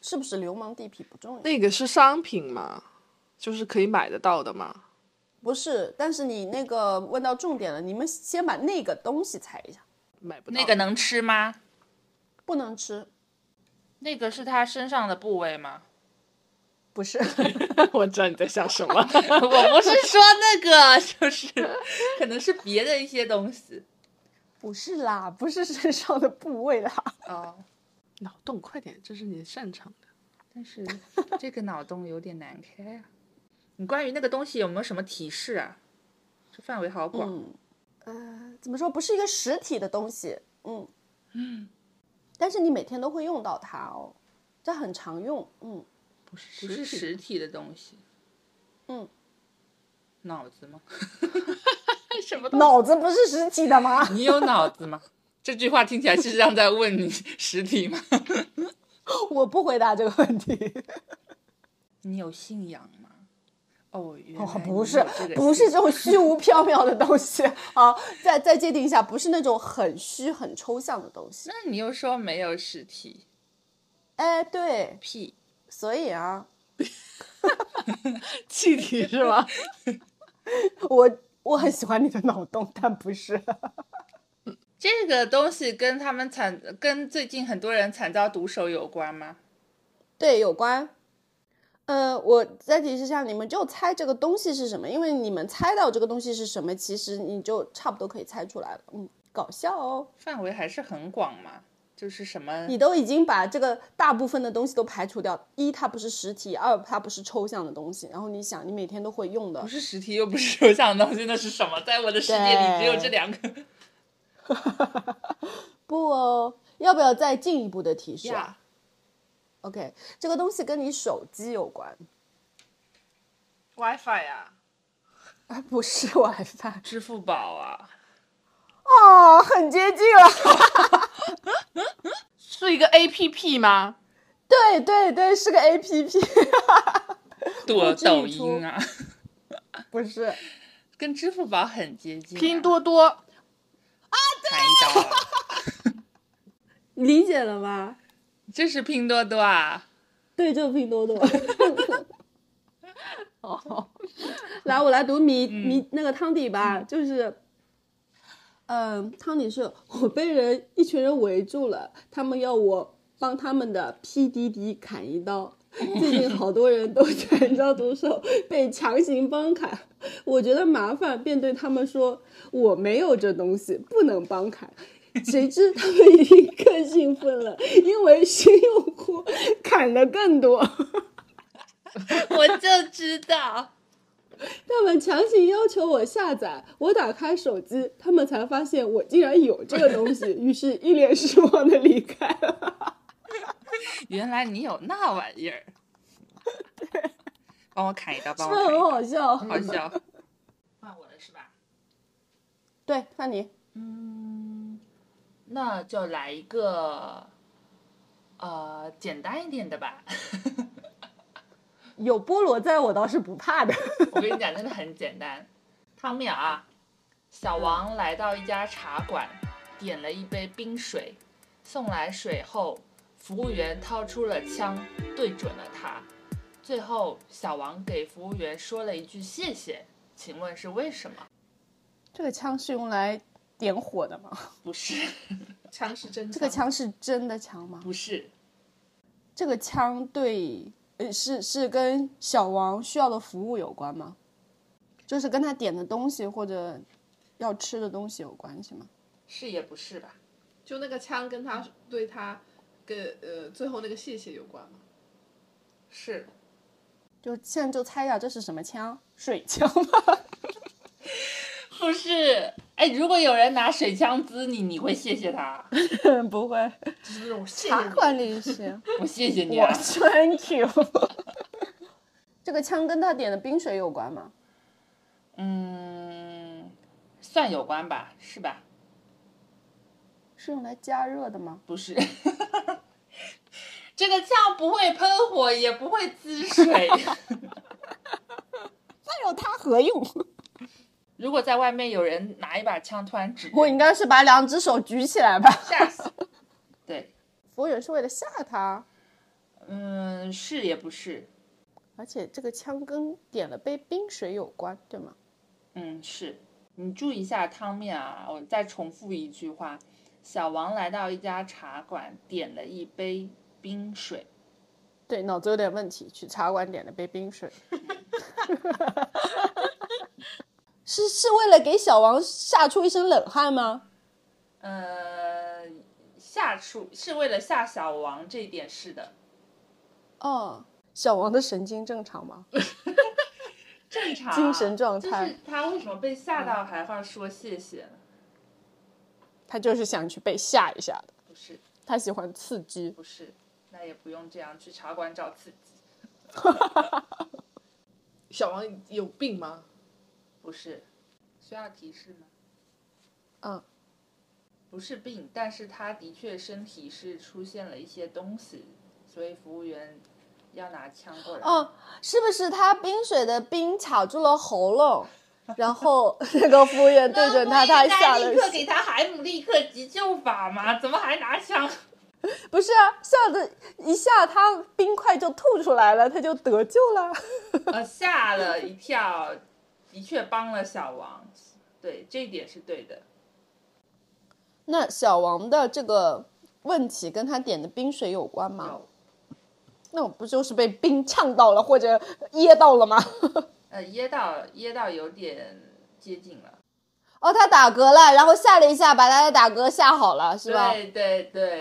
是不是流氓地痞不重要。 那个是商品吗？就是可以买得到的吗？ 不是，但是你那个问到重点了，你们先把那个东西猜一下。 买不到。 那个能吃吗？ 不能吃。 那个是他身上的部位吗？ 不是。 我知道你在想什么。 我不是说那个，就是可能是别的一些东西。 不是啦，不是身上的部位啦。 哦， 脑洞快点，这是你擅长的。 但是这个脑洞有点难开啊。你关于那个东西有没有什么提示啊？这范围好广。 嗯，呃，怎么说？不是一个实体的东西，嗯嗯， 但是你每天都会用到它哦，这很常用，嗯， 不是不是实体的东西。 嗯， 脑子吗？ 什么东西？ 脑子不是实体的吗？ 你有脑子吗？这句话听起来是像在问你实体吗？ 我不回答这个问题。 你有信仰吗？哦，原来哦，不你有是， 这个不是信这种虚无缥缈的东西啊！再再界定一下，不是那种很虚、很抽象的东西。 那你又说没有实体？ 哎，对， 屁！ 所以啊， 气体是吗？ 我我很喜欢你的脑洞，但不是。 这个东西跟他们惨，跟最近很多人惨遭毒手有关吗？ 对，有关。呃，我再提示一下，你们就猜这个东西是什么，因为你们猜到这个东西是什么，其实你就差不多可以猜出来了。嗯，搞笑哦。 范围还是很广嘛，就是什么？ 你都已经把这个大部分的东西都排除掉，一它不是实体，二它不是抽象的东西，然后你想你每天都会用的， 不是实体又不是抽象的东西，那是什么？在我的世界里只有这两个。 不哦，要不要再进一步的提示啊？ Yeah. OK， 这个东西跟你手机有关。 WiFi 呀、 啊，不是 WiFi。 支付宝啊。 哦，很接近了。 是一个 A P P 吗？ 对对对，是个 A P P。 抖抖音啊。 不是， 跟支付宝很接近、啊。 拼多多。 砍一刀了。 你理解了吗？ 这是拼多多啊。 对，就是拼多多。哦，来，我来读谜谜、嗯、那个汤底吧，嗯、就是，嗯、呃，汤底是我被人一群人围住了，他们要我帮他们的 P D D 砍一刀。最近好多人都惨遭毒手，被强行帮砍。我觉得麻烦，便对他们说我没有这东西，不能帮砍。谁知他们已经更兴奋了，因为新用户砍的更多。 我就知道。 他们强行要求我下载，我打开手机，他们才发现我竟然有这个东西，于是一脸失望的离开了。 原来你有那玩意儿。 对， 帮我砍一刀，帮我砍一刀。 是不是很好笑？ 好笑。换我了是吧？ 对，换你。 嗯，那就来一个，呃，简单一点的吧。 有菠萝在我倒是不怕的。 我跟你讲，真的很简单。汤面啊，小王来到一家茶馆，点了一杯冰水，送来水后，服务员掏出了枪，对准了他。最后，小王给服务员说了一句谢谢，请问是为什么？ 这个枪是用来点火的吗？ 不是。 枪是真枪。 这个枪是真的枪吗？ 不是。 这个枪对，呃，是是跟小王需要的服务有关吗？就是跟他点的东西或者要吃的东西有关系吗？ 是也不是吧？ 就那个枪跟他对他跟呃最后那个谢谢有关吗？ 是。 就现在就猜一下这是什么枪？水枪吗？ 不是。哎，如果有人拿水枪滋你，你会谢谢他？ 不会。 就是那种谢谢茶馆里是。 我谢谢你啊。 我 thank you。这个枪跟他点的冰水有关吗？ 嗯，算有关吧，是吧？ 是用来加热的吗？ 不是。这个枪不会喷火，也不会滋水。 那有它何用？ 如果在外面有人拿一把枪突然指， 我应该是把两只手举起来吧， 吓死。对， 服务员是为了吓他。 嗯， 嗯，是也不是。 而且这个枪跟点了杯冰水有关，对吗？ 嗯，是。你注意一下汤面啊，我再重复一句话：小王来到一家茶馆，点了一杯冰水。 对，脑子有点问题，去茶馆点了杯冰水。是是为了给小王吓出一身冷汗吗？ 呃，吓出是为了吓小王，这一点是的。 哦，小王的神经正常吗？ 正常。 精神状态。 就是他为什么被吓到还要说谢谢呢？ 他就是想去被吓一下的。 不是。 他喜欢刺激。 不是，那也不用这样去茶馆找刺激。 小王有病吗？ 不是。需要提示吗？ 嗯。 不是病，但是他的确身体是出现了一些东西，所以服务员要拿枪过来。 哦，是不是他冰水的冰卡住了喉咙，然后那个服务员对准他，他吓了。 立刻给他海姆立克急救法吗？怎么还拿枪？ 不是啊，吓得一下他冰块就吐出来了，他就得救了。 呃，吓了一跳，的确帮了小王，对，这一点是对的。 那小王的这个问题跟他点的冰水有关吗？ 有。 那我不就是被冰呛到了或者噎到了吗？ 呃，噎到噎到有点接近了。 哦，他打嗝了，然后吓了一下，把他的打嗝吓好了，是吧？ 对对对。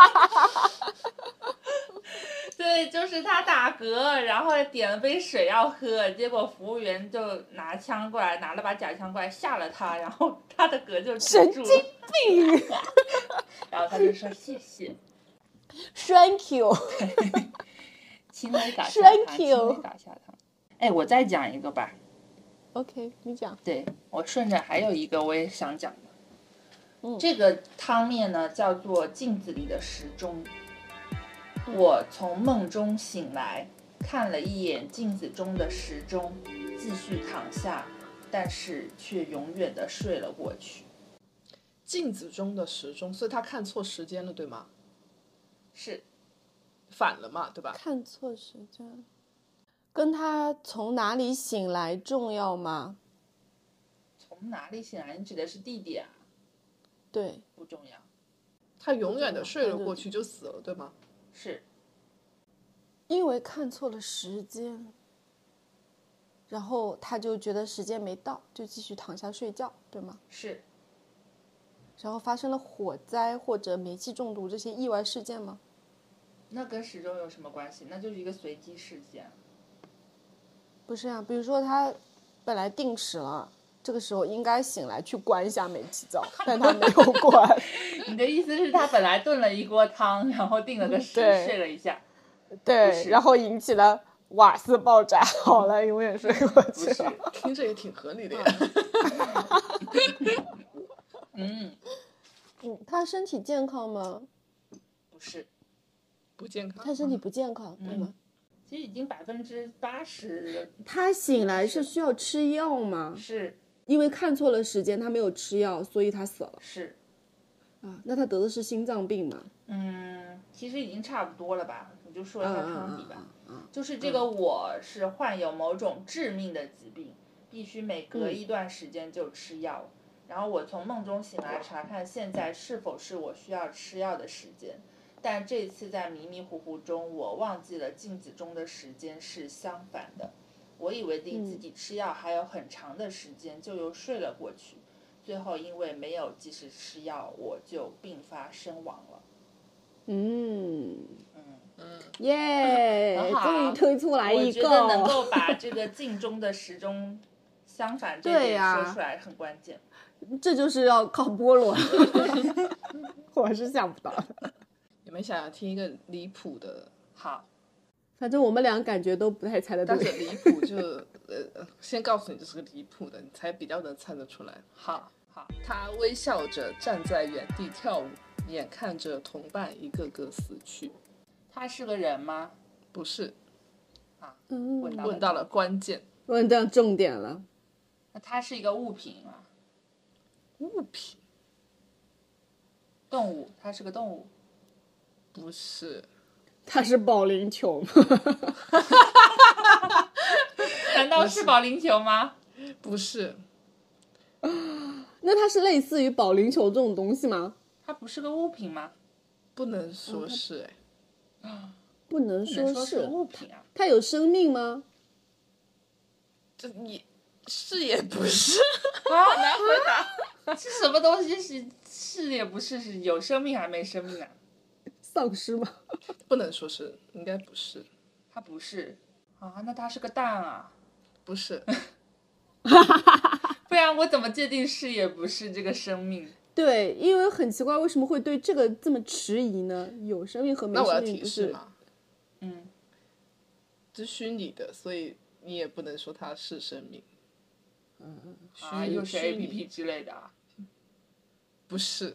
对，就是他打嗝，然后点了杯水要喝，结果服务员就拿枪过来，拿了把假枪过来吓了他，然后他的嗝就止住了。神经病！ 然后他就说谢谢 ，Thank you， 轻微打下他， Thank you 轻微打下他。哎，我再讲一个吧。 OK， 你讲。 对，我顺着还有一个我也想讲的。 嗯， 这个汤面呢叫做镜子里的时钟。我从梦中醒来，看了一眼镜子中的时钟，继续躺下，但是却永远的睡了过去。 镜子中的时钟，所以他看错时间了，对吗？ 是。 反了嘛，对吧？ 看错时间，跟他从哪里醒来重要吗？ 从哪里醒来？你指的是地点啊？ 对， 不重要。 他永远的睡了过去就死了，对吗？ 是。 因为看错了时间，然后他就觉得时间没到，就继续躺下睡觉，对吗？ 是。 然后发生了火灾或者煤气中毒这些意外事件吗？ 那跟时钟有什么关系？那就是一个随机事件。 不是啊，比如说他本来定时了，这个时候应该醒来去关一下煤气灶，但他没有关。 你的意思是他本来炖了一锅汤，然后定了个时睡了一下。 对，然后引起了瓦斯爆炸，好了，永远睡过去了。 听着也挺合理的呀。 嗯嗯，他身体健康吗？ 不是。 不健康。 他身体不健康，对吗？ 其实已经百分之八十。 他醒来是需要吃药吗？ 是。 因为看错了时间，他没有吃药，所以他死了。 是。 啊，那他得的是心脏病吗？ 嗯，其实已经差不多了吧，我就说一下汤底吧。 嗯嗯嗯、 就是这个我是患有某种致命的疾病，必须每隔一段时间就吃药。嗯、然后我从梦中醒来，查看现在是否是我需要吃药的时间。但这次在迷迷糊糊中，我忘记了镜子中的时间是相反的。我以为离自己吃药还有很长的时间，就又睡了过去。最后因为没有及时吃药，我就病发身亡了。 嗯嗯嗯， 耶，终于推出来一个。 我觉得能够把这个镜中的时钟相反这点说出来很关键。 这就是要靠菠萝。我是想不到的。 你们想要听一个离谱的？ 好， 反正我们俩感觉都不太猜得对。 但是离谱就呃，先告诉你这是个离谱的，你才比较能猜得出来。 好，好。 他微笑着站在原地跳舞，眼看着同伴一个个死去。 他是个人吗？ 不是。 啊， 嗯， 问到了问到了关键， 问到重点了。 那它是一个物品吗？ 物品。 动物，它是个动物。 不是。 他是保龄球吗？ 难道是保龄球吗？ 不是， 那它是类似于保龄球这种东西吗？ 它不是个物品吗？ 不能说是哎， 不能不能说是是物品啊。 它有生命吗？ 这也是也不是， 啊， 好难回答。 是什么东西是是也不是，是有生命还没生命啊？ 丧尸吗？ 不能说是，应该不是， 它不是啊，那它是个蛋啊？ 不是， 不然我怎么界定是也不是这个生命？ 对，因为很奇怪，为什么会对这个这么迟疑呢？有生命和没那我要生命不是？ 提示吗？ 嗯， 这是虚拟的，所以你也不能说它是生命。 啊， 虚又是虚 A P 拟 P 之类的啊？ 不是，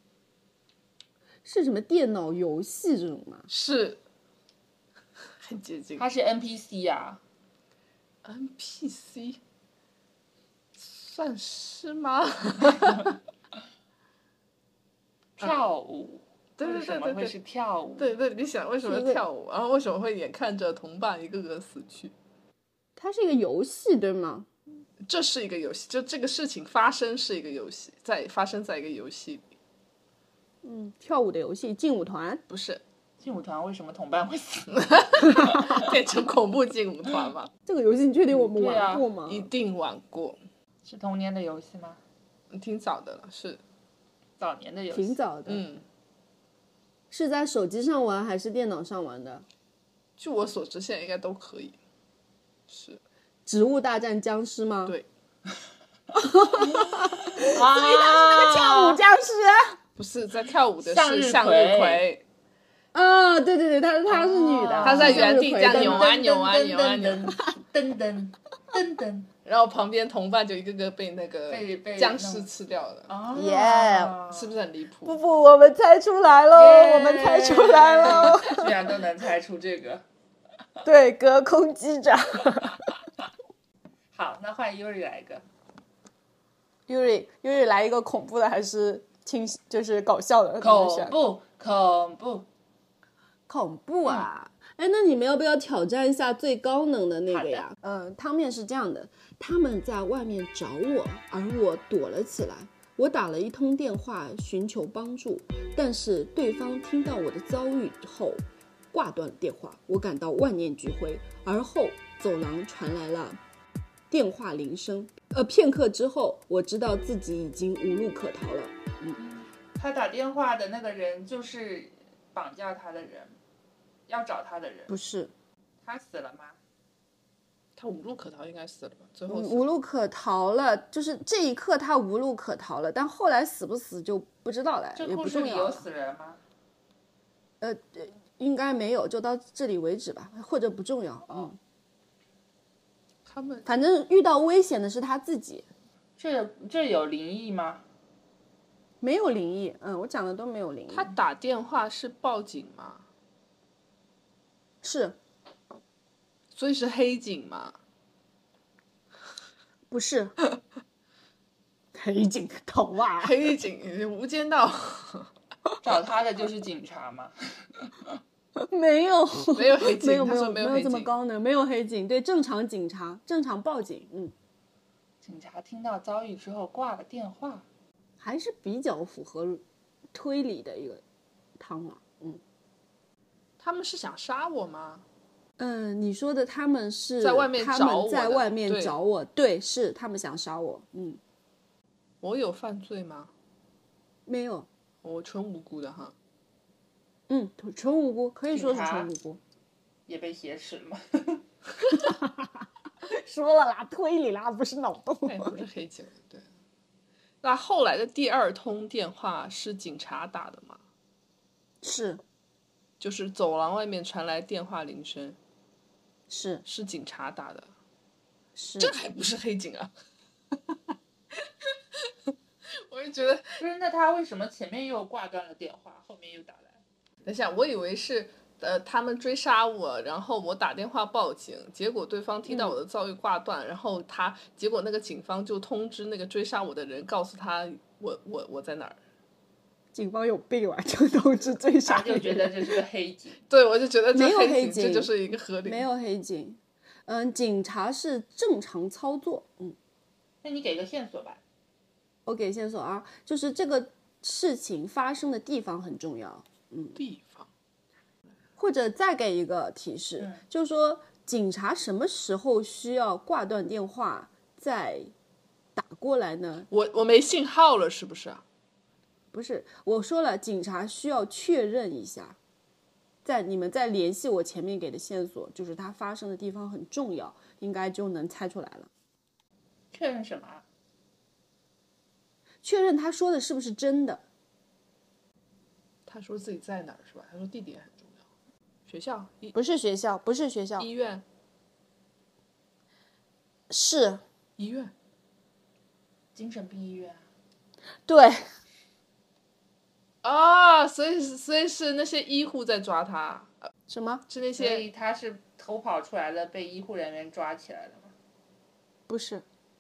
是什么电脑游戏这种吗？ 是很接近。 它是 N P C 啊？ N P C 算是吗？ 跳舞？ 对对为什对对对么会是跳舞？ 对对，你想为什么是一个跳舞，然后为什么会眼看着同伴一个个死去？ 它是一个游戏，对吗？ 这是一个游戏，就这个事情发生是一个游戏，在发生在一个游戏里， 嗯，跳舞的游戏，劲舞团。 不是劲舞团为什么同伴会死？ 变成恐怖劲舞团吗？ 这个游戏你确定我们对啊玩过吗？ 一定玩过， 是童年的游戏吗？ 挺早的了，是， 早年的游戏？ 挺早的。 嗯， 是在手机上玩还是电脑上玩的？ 据我所知，现在应该都可以。是， 植物大战僵尸吗？ 对， 啊， 跳舞僵尸。 不是在跳舞的向日是向日葵葵， 啊，对对对，她她是女的， 她在原地这样向日葵扭啊扭啊扭啊扭， 噔噔噔噔， 然后旁边同伴就一个个被那个被被僵尸吃掉了， 啊 Yeah 是不是很离谱？ 不不，我们猜出来喽我们猜出来喽居然都能猜出这个。 对，隔空击掌。 好，那换 Yuri 来一个。 Yuri Yuri 来一个恐怖的还是轻就是搞笑的？你们选恐怖，恐怖。 恐怖啊！哎、那你们要不要挑战一下最高能的那个呀？嗯，汤面是这样的：他们在外面找我，而我躲了起来。我打了一通电话寻求帮助，但是对方听到我的遭遇后挂断了电话，我感到万念俱灰。而后走廊传来了电话铃声，呃，片刻之后，我知道自己已经无路可逃了。 他打电话的那个人就是绑架他的人，要找他的人。 不是， 他死了吗？ 他无路可逃，应该死了吧？最后死无路可逃了，就是这一刻他无路可逃了，但后来死不死就不知道了， 这也故事里有不重要了。 死人吗？ 呃，应该没有，就到这里为止吧，或者不重要。嗯， 他们反正遇到危险的是他自己， 这这有灵异吗？ 没有灵异。嗯，我讲的都没有灵异。 他打电话是报警吗？ 是所以是黑警吗？ 不是黑警头啊？ 黑警，无间道， 找他的就是警察吗？ 没有， 没有黑警， 没有没他说有没有这么没有黑警。 高能，没有黑警，对，正常警察，正常报警。嗯， 警察听到遭遇之后挂了电话。 还是比较符合推理的一个汤啊。嗯。 他们是想杀我吗？ 嗯，你说的他们是在外面他找我的们在外面对找我，对，是他们想杀我。嗯， 我有犯罪吗？ 没有， 我纯无辜的哈。 嗯，纯无辜，可以说是警察纯无辜。 也被挟持了吗？ 说了啦，推理啦，不是脑洞。 那也不是黑警，对。那后来的第二通电话是警察打的吗？ 是就是走廊外面传来电话铃声， 是是警察打的， 是， 这还不是黑警啊？我就觉得， 不是，那他为什么前面又挂断了电话，后面又打来？ 等一下，我以为是呃他们追杀我，然后我打电话报警，结果对方听到我的遭遇挂断，然后他结果那个警方就通知那个追杀我的人，告诉他我我我在哪儿。 警方有病吧？这个同志追杀他就觉得这是个黑警。 对，我就觉得这没有黑黑警这就是一个合理。 没有黑警，嗯，警察是正常操作，嗯。 那你给个线索吧。 我给线索啊，就是这个事情发生的地方很重要， 地方， 或者再给一个提示， 嗯就是说警察什么时候需要挂断电话再打过来呢？ 我我没信号了，是不是啊？ 不是，我说了，警察需要确认一下，在你们再联系我前面给的线索，就是它发生的地方很重要，应该就能猜出来了。 确认什么？ 确认他说的是不是真的？ 他说自己在哪儿是吧？他说地点很重要。学校？医不是学校，不是学校， 医院？ 是， 医院？ 精神病医院。 对， 啊，所以所以是那些医护在抓他，呃什么？ 是那所些以他是偷跑出来的，被医护人员抓起来了吗？ 不是，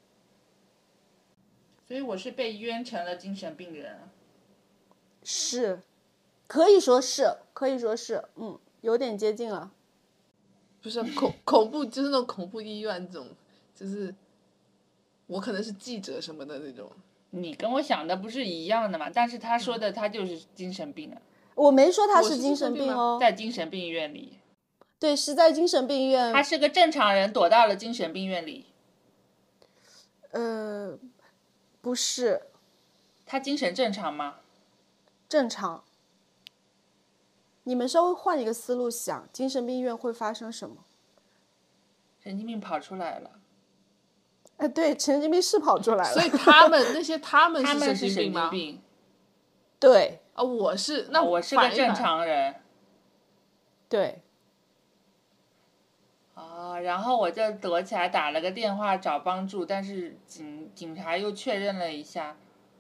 所以我是被冤成了精神病人。 是，可以说是，可以说是，嗯，有点接近了。 不是恐恐怖，就是那种恐怖医院这种，就是我可能是记者什么的那种。 你跟我想的不是一样的嘛？但是他说的他就是精神病啊， 我没说他我是是精神精神病吗病哦， 在精神病院里， 对，是在精神病院。 他是个正常人，躲到了精神病院里。 呃，不是他精神正常吗？ 正常。你们稍微换一个思路想，精神病院会发生什么？ 神经病跑出来了， 哎，对，神经病是跑出来了。 所以他们那些他们他们神是神经病吗？ 经病， 对啊，我是那我是个正反一反常人。 对， 啊，然后我就躲起来打了个电话找帮助，但是警警察又确认了一下，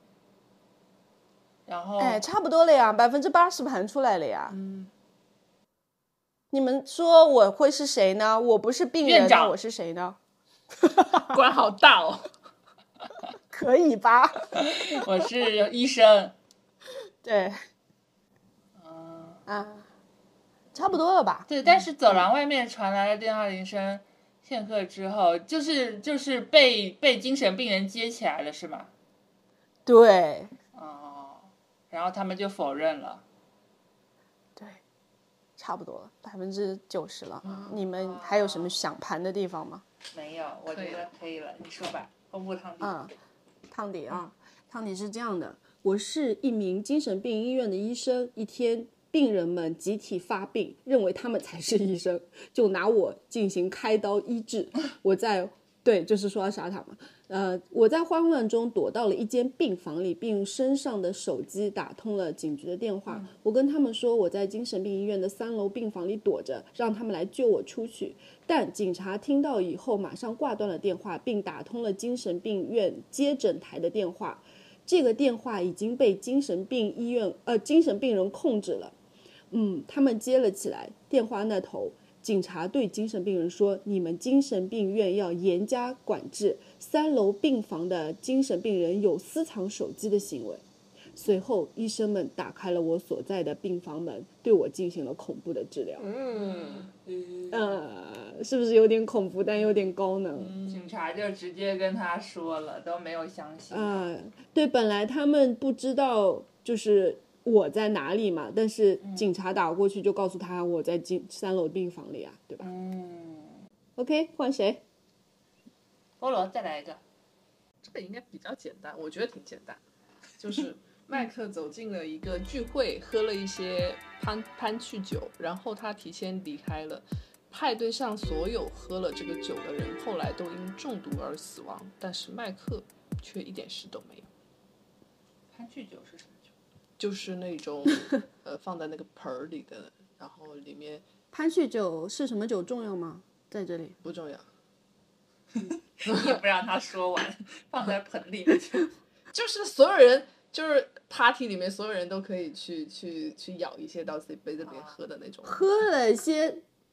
然后哎，差不多了呀，百分之八十盘出来了呀。 嗯， 你们说我会是谁呢？我不是病人， 院长那我是谁呢？ 管好大哦。 可以吧？ 我是医生。 对， 嗯， 啊，差不多了吧？ 对，但是走廊外面传来了电话铃声，片刻之后，就是就是被被精神病人接起来了，是吗？ 对哦，然后他们就否认了。 对，差不多了，百分之九十了。你们还有什么想盘的地方吗？ 没有，我觉得可以了，你说吧，公布汤底。 嗯，汤底啊，汤底是这样的：我是一名精神病医院的医生。一天，病人们集体发病，认为他们才是医生，就拿我进行开刀医治。我在对，就是说要杀他嘛。呃，我在慌乱中躲到了一间病房里，并用身上的手机打通了警局的电话。我跟他们说我在精神病医院的三楼病房里躲着，让他们来救我出去。但警察听到以后，马上挂断了电话，并打通了精神病院接诊台的电话。这个电话已经被精神病医院呃精神病人控制了。嗯，他们接了起来。电话那头，警察对精神病人说：“你们精神病院要严加管制，三楼病房的精神病人有私藏手机的行为。”随后，医生们打开了我所在的病房门，对我进行了恐怖的治疗。 嗯， 呃，是不是有点恐怖，但有点高能？ 警察就直接跟他说了，都没有相信。 啊、对，本来他们不知道就是我在哪里嘛，但是警察打过去就告诉他我在进三楼病房里啊，对吧？ 嗯， OK，换谁？ 菠萝再来一个。 这个应该比较简单，我觉得挺简单，就是麦克走进了一个聚会，喝了一些潘潘趣酒，然后他提前离开了。派对上所有喝了这个酒的人，后来都因中毒而死亡，但是麦克却一点事都没有。 潘趣酒是什么酒？ 就是那种呃放在那个盆儿里的，然后里面潘旭酒是什么酒重要吗？在这里， 不重要， 你也不让他说完，放在盆里的酒。 就是所有人，就是 party 里面所有人都可以去去去舀一些到自己杯子里面喝的那种。 喝了些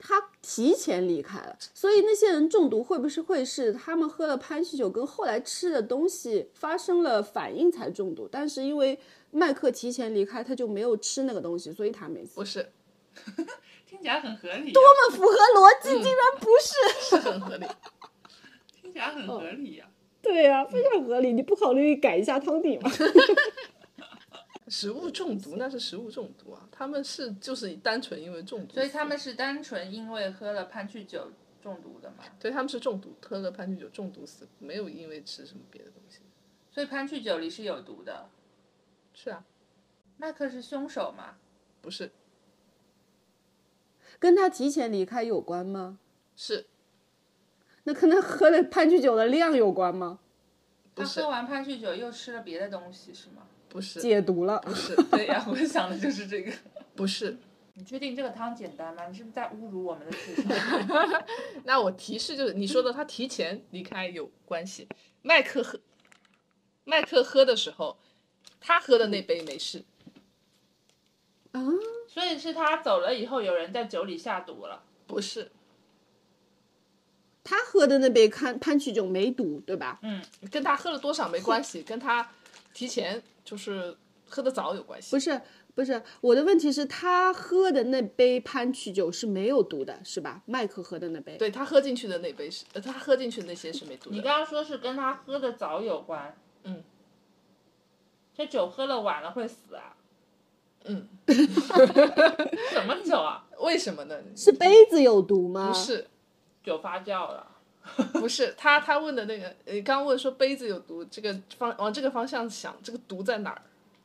他提前离开了，所以那些人中毒会不是会是他们喝了潘曲酒跟后来吃的东西发生了反应才中毒？但是因为麦克提前离开，他就没有吃那个东西，所以他没死。 不是， 听起来很合理、啊， 多么符合逻辑，竟然不是， 是很合理， 听起来很合理呀、啊。 对呀、啊，非常合理。你不考虑改一下汤底吗？ 食物中毒那是食物中毒啊，他们是就是单纯因为中毒， 所以他们是单纯因为喝了潘曲酒中毒的嘛？ 对，他们是中毒，喝了潘曲酒中毒死，没有因为吃什么别的东西。 所以潘曲酒里是有毒的。 是啊。 麦克是凶手吗？ 不是。 跟他提前离开有关吗？ 是。 那跟他喝的潘曲酒的量有关吗？ 他喝完潘曲酒又吃了别的东西是吗？ 不是。 解毒了。 不是。 对呀，我想的就是这个。 不是。 你确定这个汤简单吗？你是不是在侮辱我们的智商？ 那我提示就是你说的他提前离开有关系。麦克喝，麦克喝的时候，他喝的那杯没事。 啊， 所以是他走了以后，有人在酒里下毒了？ 不是。 他喝的那杯潘潘曲酒没毒，对吧？ 嗯， 跟他喝了多少没关系，跟他提前就是喝的早有关系。 不是不是，我的问题是，他喝的那杯潘曲酒是没有毒的，是吧？麦克喝的那杯， 对，他喝进去的那杯是，呃，他喝进去的那些是没毒的。 你刚刚说是跟他喝的早有关， 嗯， 这酒喝了晚了会死啊？ 嗯， 什么酒啊？ 为什么呢？ 是杯子有毒吗？ 不是， 酒发酵了。 不是，他他问的那个，你刚刚问说杯子有毒，这个方往这个方向想，这个毒在哪儿？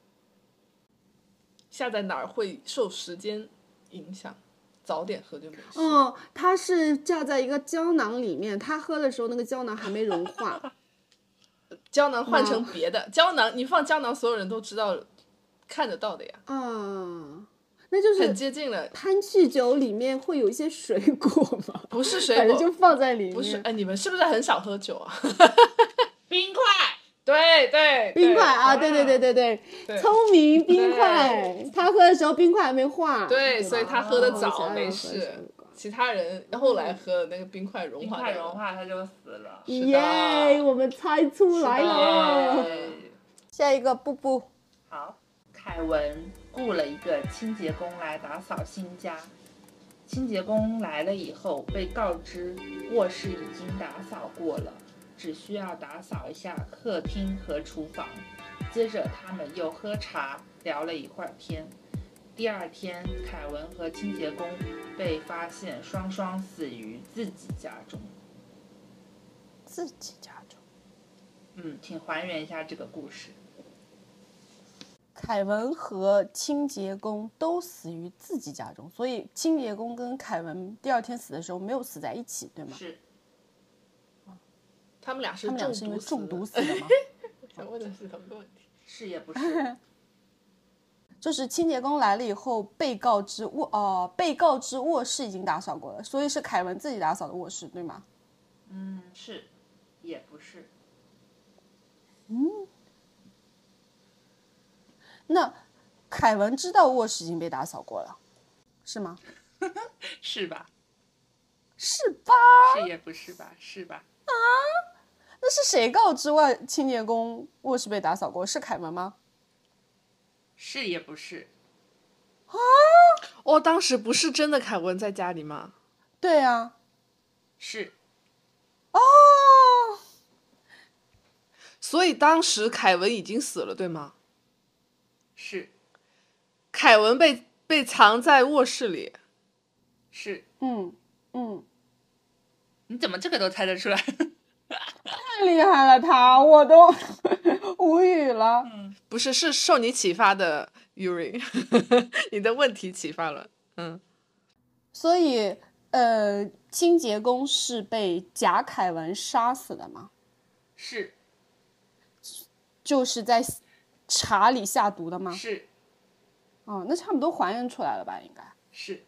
下在哪儿会受时间影响？早点喝就没事。 哦，它是架在一个胶囊里面，他喝的时候那个胶囊还没融化。 胶囊换成别的、哦、胶囊，你放胶囊，所有人都知道看得到的呀。 啊，那就是很接近了。 潘曲酒里面会有一些水果吗？ 不是水果， 反正就放在里面。 不是，哎，你们是不是很少喝酒啊？ 冰块。 对对， 冰块啊，对对对对对， 对聪明冰块。他喝的时候冰块还没化， 对， 对所以他喝的早、 哦、 没事。其他人后来喝那个冰块融化， 冰块融化他就死了。 耶，我们猜出来了。下一个布布。 好，凯文雇了一个清洁工来打扫新家。清洁工来了以后，被告知卧室已经打扫过了。只需要打扫一下客厅和厨房，接着他们又喝茶聊了一会儿天。第二天，凯文和清洁工被发现双双死于自己家中。 自己家中？ 嗯，请还原一下这个故事。 凯文和清洁工都死于自己家中，所以清洁工跟凯文第二天死的时候没有死在一起，对吗？ 是。 他们俩是他们俩是因为中毒死的吗？ 我想问的是同一个问题。 是也不是。 就是清洁工来了以后，被告知卧呃被告知卧室已经打扫过了，所以是凯文自己打扫的卧室，对吗？ 嗯，是，也不是。 嗯，那凯文知道卧室已经被打扫过了，是吗？ 是吧？ 是吧？ 是也不是吧？是吧？ 啊，那是谁告知外清洁工卧室被打扫过？是凯文吗？ 是也不是。 啊？ 哦，当时不是真的凯文在家里吗？ 对啊。 是。 哦。 所以当时凯文已经死了，对吗？ 是。 凯文被被藏在卧室里。 是。 嗯嗯。 你怎么这个都猜得出来？ 太厉害了他，我都无语了。 嗯， 不是，是受你启发的 Yuri 你的问题启发了。嗯， 所以呃，清洁工是被贾凯文杀死的吗？ 是。 就是在茶里下毒的吗？ 是。 哦，那差不多还原出来了吧？应该是。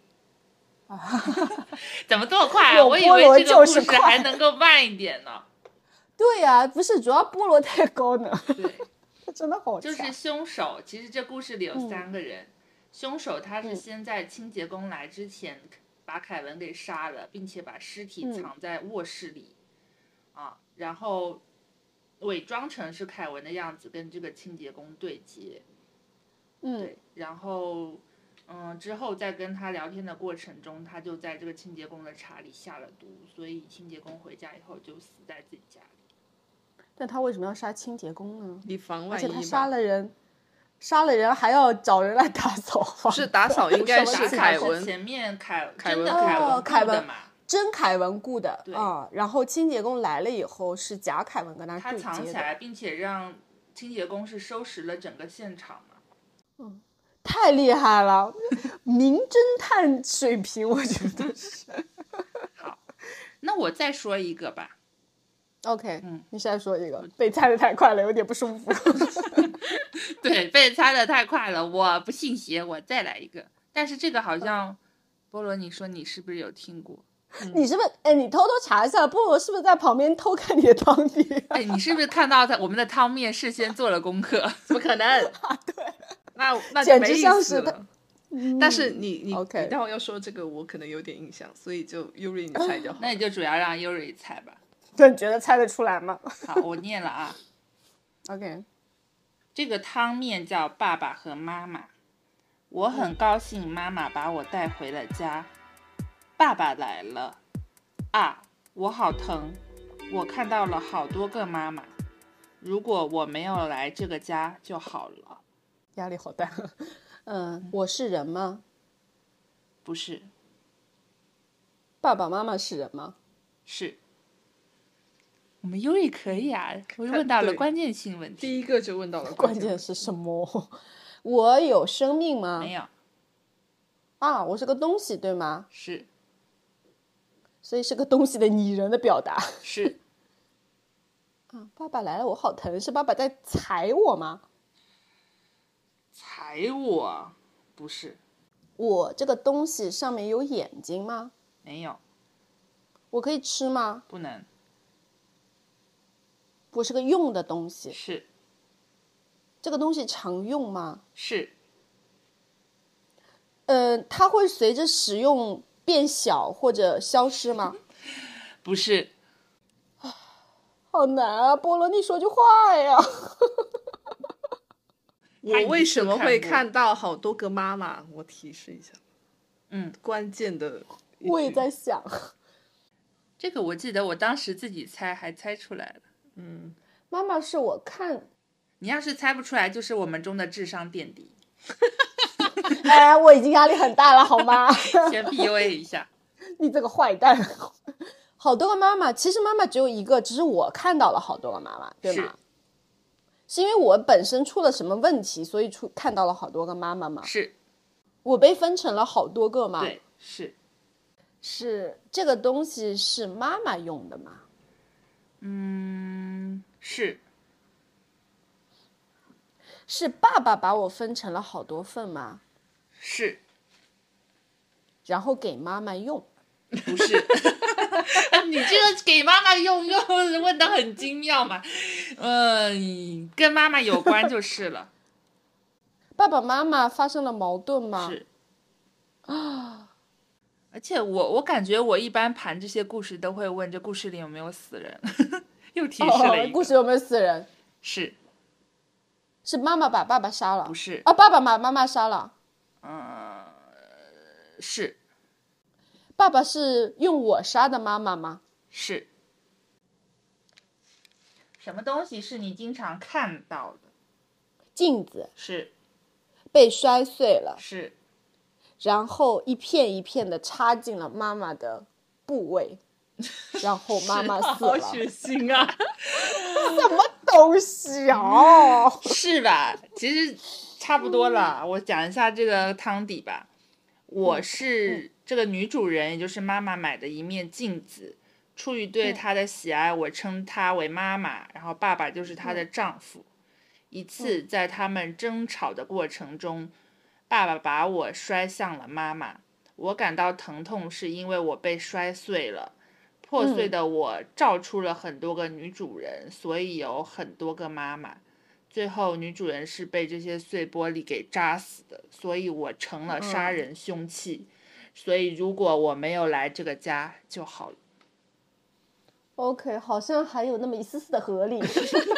怎么这么快啊？我以为这个故事还能够慢一点呢。 对呀、啊，不是，主要菠萝太高呢。 对， 他真的好强。 就是凶手，其实这故事里有三个人。 嗯、 凶手他是先在清洁工来之前， 把凯文给杀了，并且把尸体藏在卧室里，嗯、啊，然后伪装成是凯文的样子跟这个清洁工对接， 嗯， 对，然后嗯之后在跟他聊天的过程中，他就在这个清洁工的茶里下了毒，所以清洁工回家以后就死在自己家里。 但他为什么要杀清洁工呢？ 以防万一嘛。 而且他杀了人，杀了人还要找人来打扫房子。 是打扫应该是凯文前面凯凯文真的凯哦凯文雇的嘛， 真凯文雇的对啊、然后清洁工来了以后是假凯文跟他他对接的， 藏起来，并且让清洁工是收拾了整个现场嘛。 太厉害了，名侦探水平，我觉得是。 好，那我再说一个吧。 OK， 嗯， 你现在说一个，被猜的太快了，有点不舒服。 对，被猜的太快了，我不信邪，我再来一个。但是这个好像，菠萝，你说你是不是有听过？ 你是不是？哎，你偷偷查一下，菠萝是不是在旁边偷看你的汤底？ 哎，你是不是看到在我们的汤面事先做了功课？ 怎么可能？ 啊，对， 那那就简直没意像是思了。但是你你 OK 你待会要说这个，我可能有点印象，所以就 Yuri 你猜就好。 那你就主要让 Yuri 猜吧。 对，你觉得猜得出来吗好，我念了啊。 ？OK， 这个汤面叫爸爸和妈妈。我很高兴妈妈把我带回了家。爸爸来了，啊，我好疼，我看到了好多个妈妈。如果我没有来这个家就好了。 压力好大。嗯，我是人吗？ 不是， 爸爸妈妈是人吗？ 是。我们 Yuri 可以啊，我问到了对关键性问题。 第一个就问到了关键是什么？我有生命吗？ 没有， 啊，我是个东西，对吗？ 是所以是个东西的拟人的表达。 是啊，爸爸来了，我好疼，是爸爸在踩我吗？ 踩我，不是， 我这个东西上面有眼睛吗？ 没有， 我可以吃吗？ 不能， 我是个用的东西， 是这个东西常用吗？ 是呃，它会随着使用变小或者消失吗？ 不是？ 好难啊，菠萝，你说句话呀！ 我为什么会他一定是看过看到好多个妈妈？我提示一下， 嗯， 关键的一句。 我也在想， 这个我记得我当时自己猜还猜出来了。 嗯， 妈妈是我看， 你要是猜不出来，就是我们中的智商垫底， 哎，我已经压力很大了，好吗？ 先 P U A 一下。 你这个坏蛋！好多个妈妈，其实妈妈只有一个，只是我看到了好多个妈妈，对吗？是, 是因为我本身出了什么问题，所以出看到了好多个妈妈吗？ 是， 我被分成了好多个吗？ 对，是， 是这个东西是妈妈用的吗？ 嗯，是， 是爸爸把我分成了好多份吗？ 是， 然后给妈妈用？ 不是？你这个给妈妈用用问的很精妙嘛，嗯，跟妈妈有关就是了。 爸爸妈妈发生了矛盾吗？ 是啊，而且我我感觉我一般盘这些故事都会问这故事里有没有死人，又提示了一个、 哦、故事有没有死人？ 是是妈妈把爸爸杀了？ 不是啊，爸爸把妈妈杀了？ 嗯，是。 爸爸是用我杀的妈妈吗？ 是。什么东西是你经常看到的？ 镜子。 是。 被摔碎了。 是。 然后一片一片的插进了妈妈的部位，然后妈妈死了。 好血腥啊！ 什么东西啊？ 是吧？其实差不多了。我讲一下这个汤底吧。我是这个女主人，也就是妈妈买的一面镜子。出于对她的喜爱，我称她为妈妈，然后爸爸就是她的丈夫。一次在他们争吵的过程中，爸爸把我摔向了妈妈。我感到疼痛是因为我被摔碎了。破碎的我照出了很多个女主人，所以有很多个妈妈。最后女主人是被这些碎玻璃给扎死的，所以我成了杀人凶器。嗯、 所以如果我没有来这个家就好了。 OK， 好像还有那么一丝丝的合理。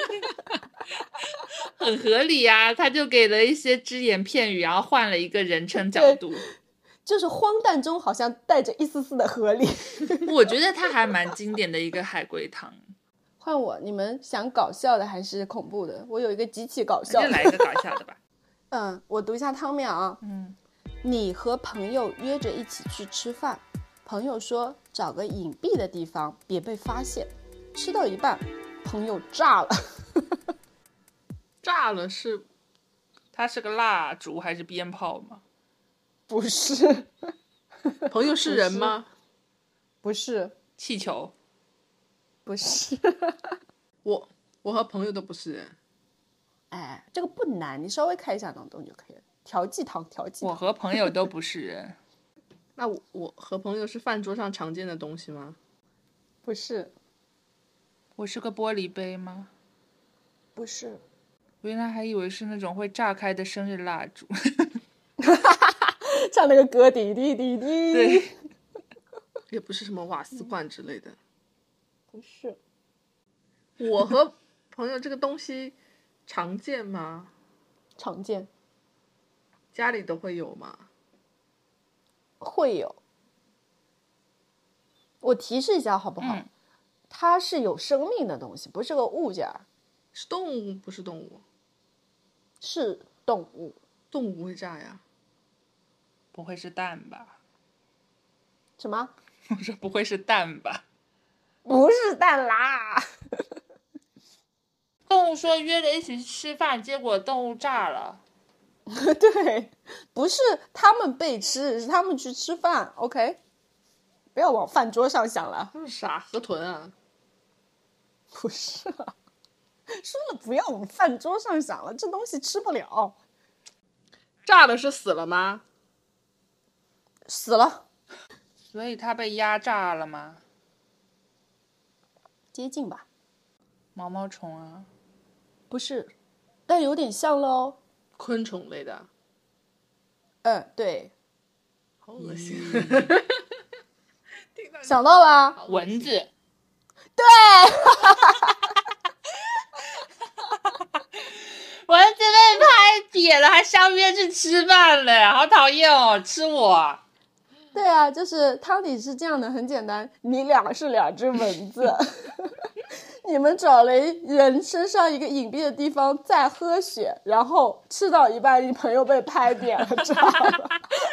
很合理呀、啊，他就给了一些只言片语，然后换了一个人称角度， 就是荒诞中好像带着一丝丝的合理。 我觉得它还蛮经典的一个海龟汤。 换我，你们想搞笑的还是恐怖的？我有一个极其搞笑的， 就来一个搞笑的吧。 嗯，我读一下汤面啊。 嗯， 你和朋友约着一起去吃饭，朋友说找个隐蔽的地方，别被发现。吃到一半，朋友炸了。 炸了是， 它是个蜡烛还是鞭炮吗？ 不是。 朋友是人吗？ 不是。 气球？ 不是。 我我和朋友都不是人。 哎，这个不难，你稍微开一下脑洞就可以了。调剂汤，调剂汤。 我和朋友都不是人。 那我我和朋友是饭桌上常见的东西吗？ 不是。 我是个玻璃杯吗？ 不是。 我原来还以为是那种会炸开的生日蜡烛。 唱那个歌，滴滴滴滴。 对。 也不是什么瓦斯罐之类的。 不是。 我和朋友这个东西常见吗？ 常见。 家里都会有吗？ 会有。我提示一下好不好？ 嗯， 它是有生命的东西，不是个物件。 是动物不是动物？ 是动物。 动物不会炸呀。 不会是蛋吧？ 什么？ 我说不会是蛋吧？ 不是蛋啦。 动物说约着一起吃饭，结果动物炸了。 对，不是他们被吃，是他们去吃饭。OK， 不要往饭桌上想了。 这是啥？河豚啊？ 不是啊，说了不要往饭桌上想了，这东西吃不了。 炸的是死了吗？ 死了。 所以它被压榨了吗？ 接近吧。 毛毛虫啊？ 不是，但有点像喽。 昆虫类的。 嗯，对。 好恶心。 想到了。 蚊子。 对。 蚊子被拍扁了，还相约去吃饭了，好讨厌哦！吃我。 对啊，就是汤底是这样的，很简单，你俩是两只蚊子。你们找了人身上一个隐蔽的地方在喝血，然后吃到一半，你朋友被拍扁了，炸了。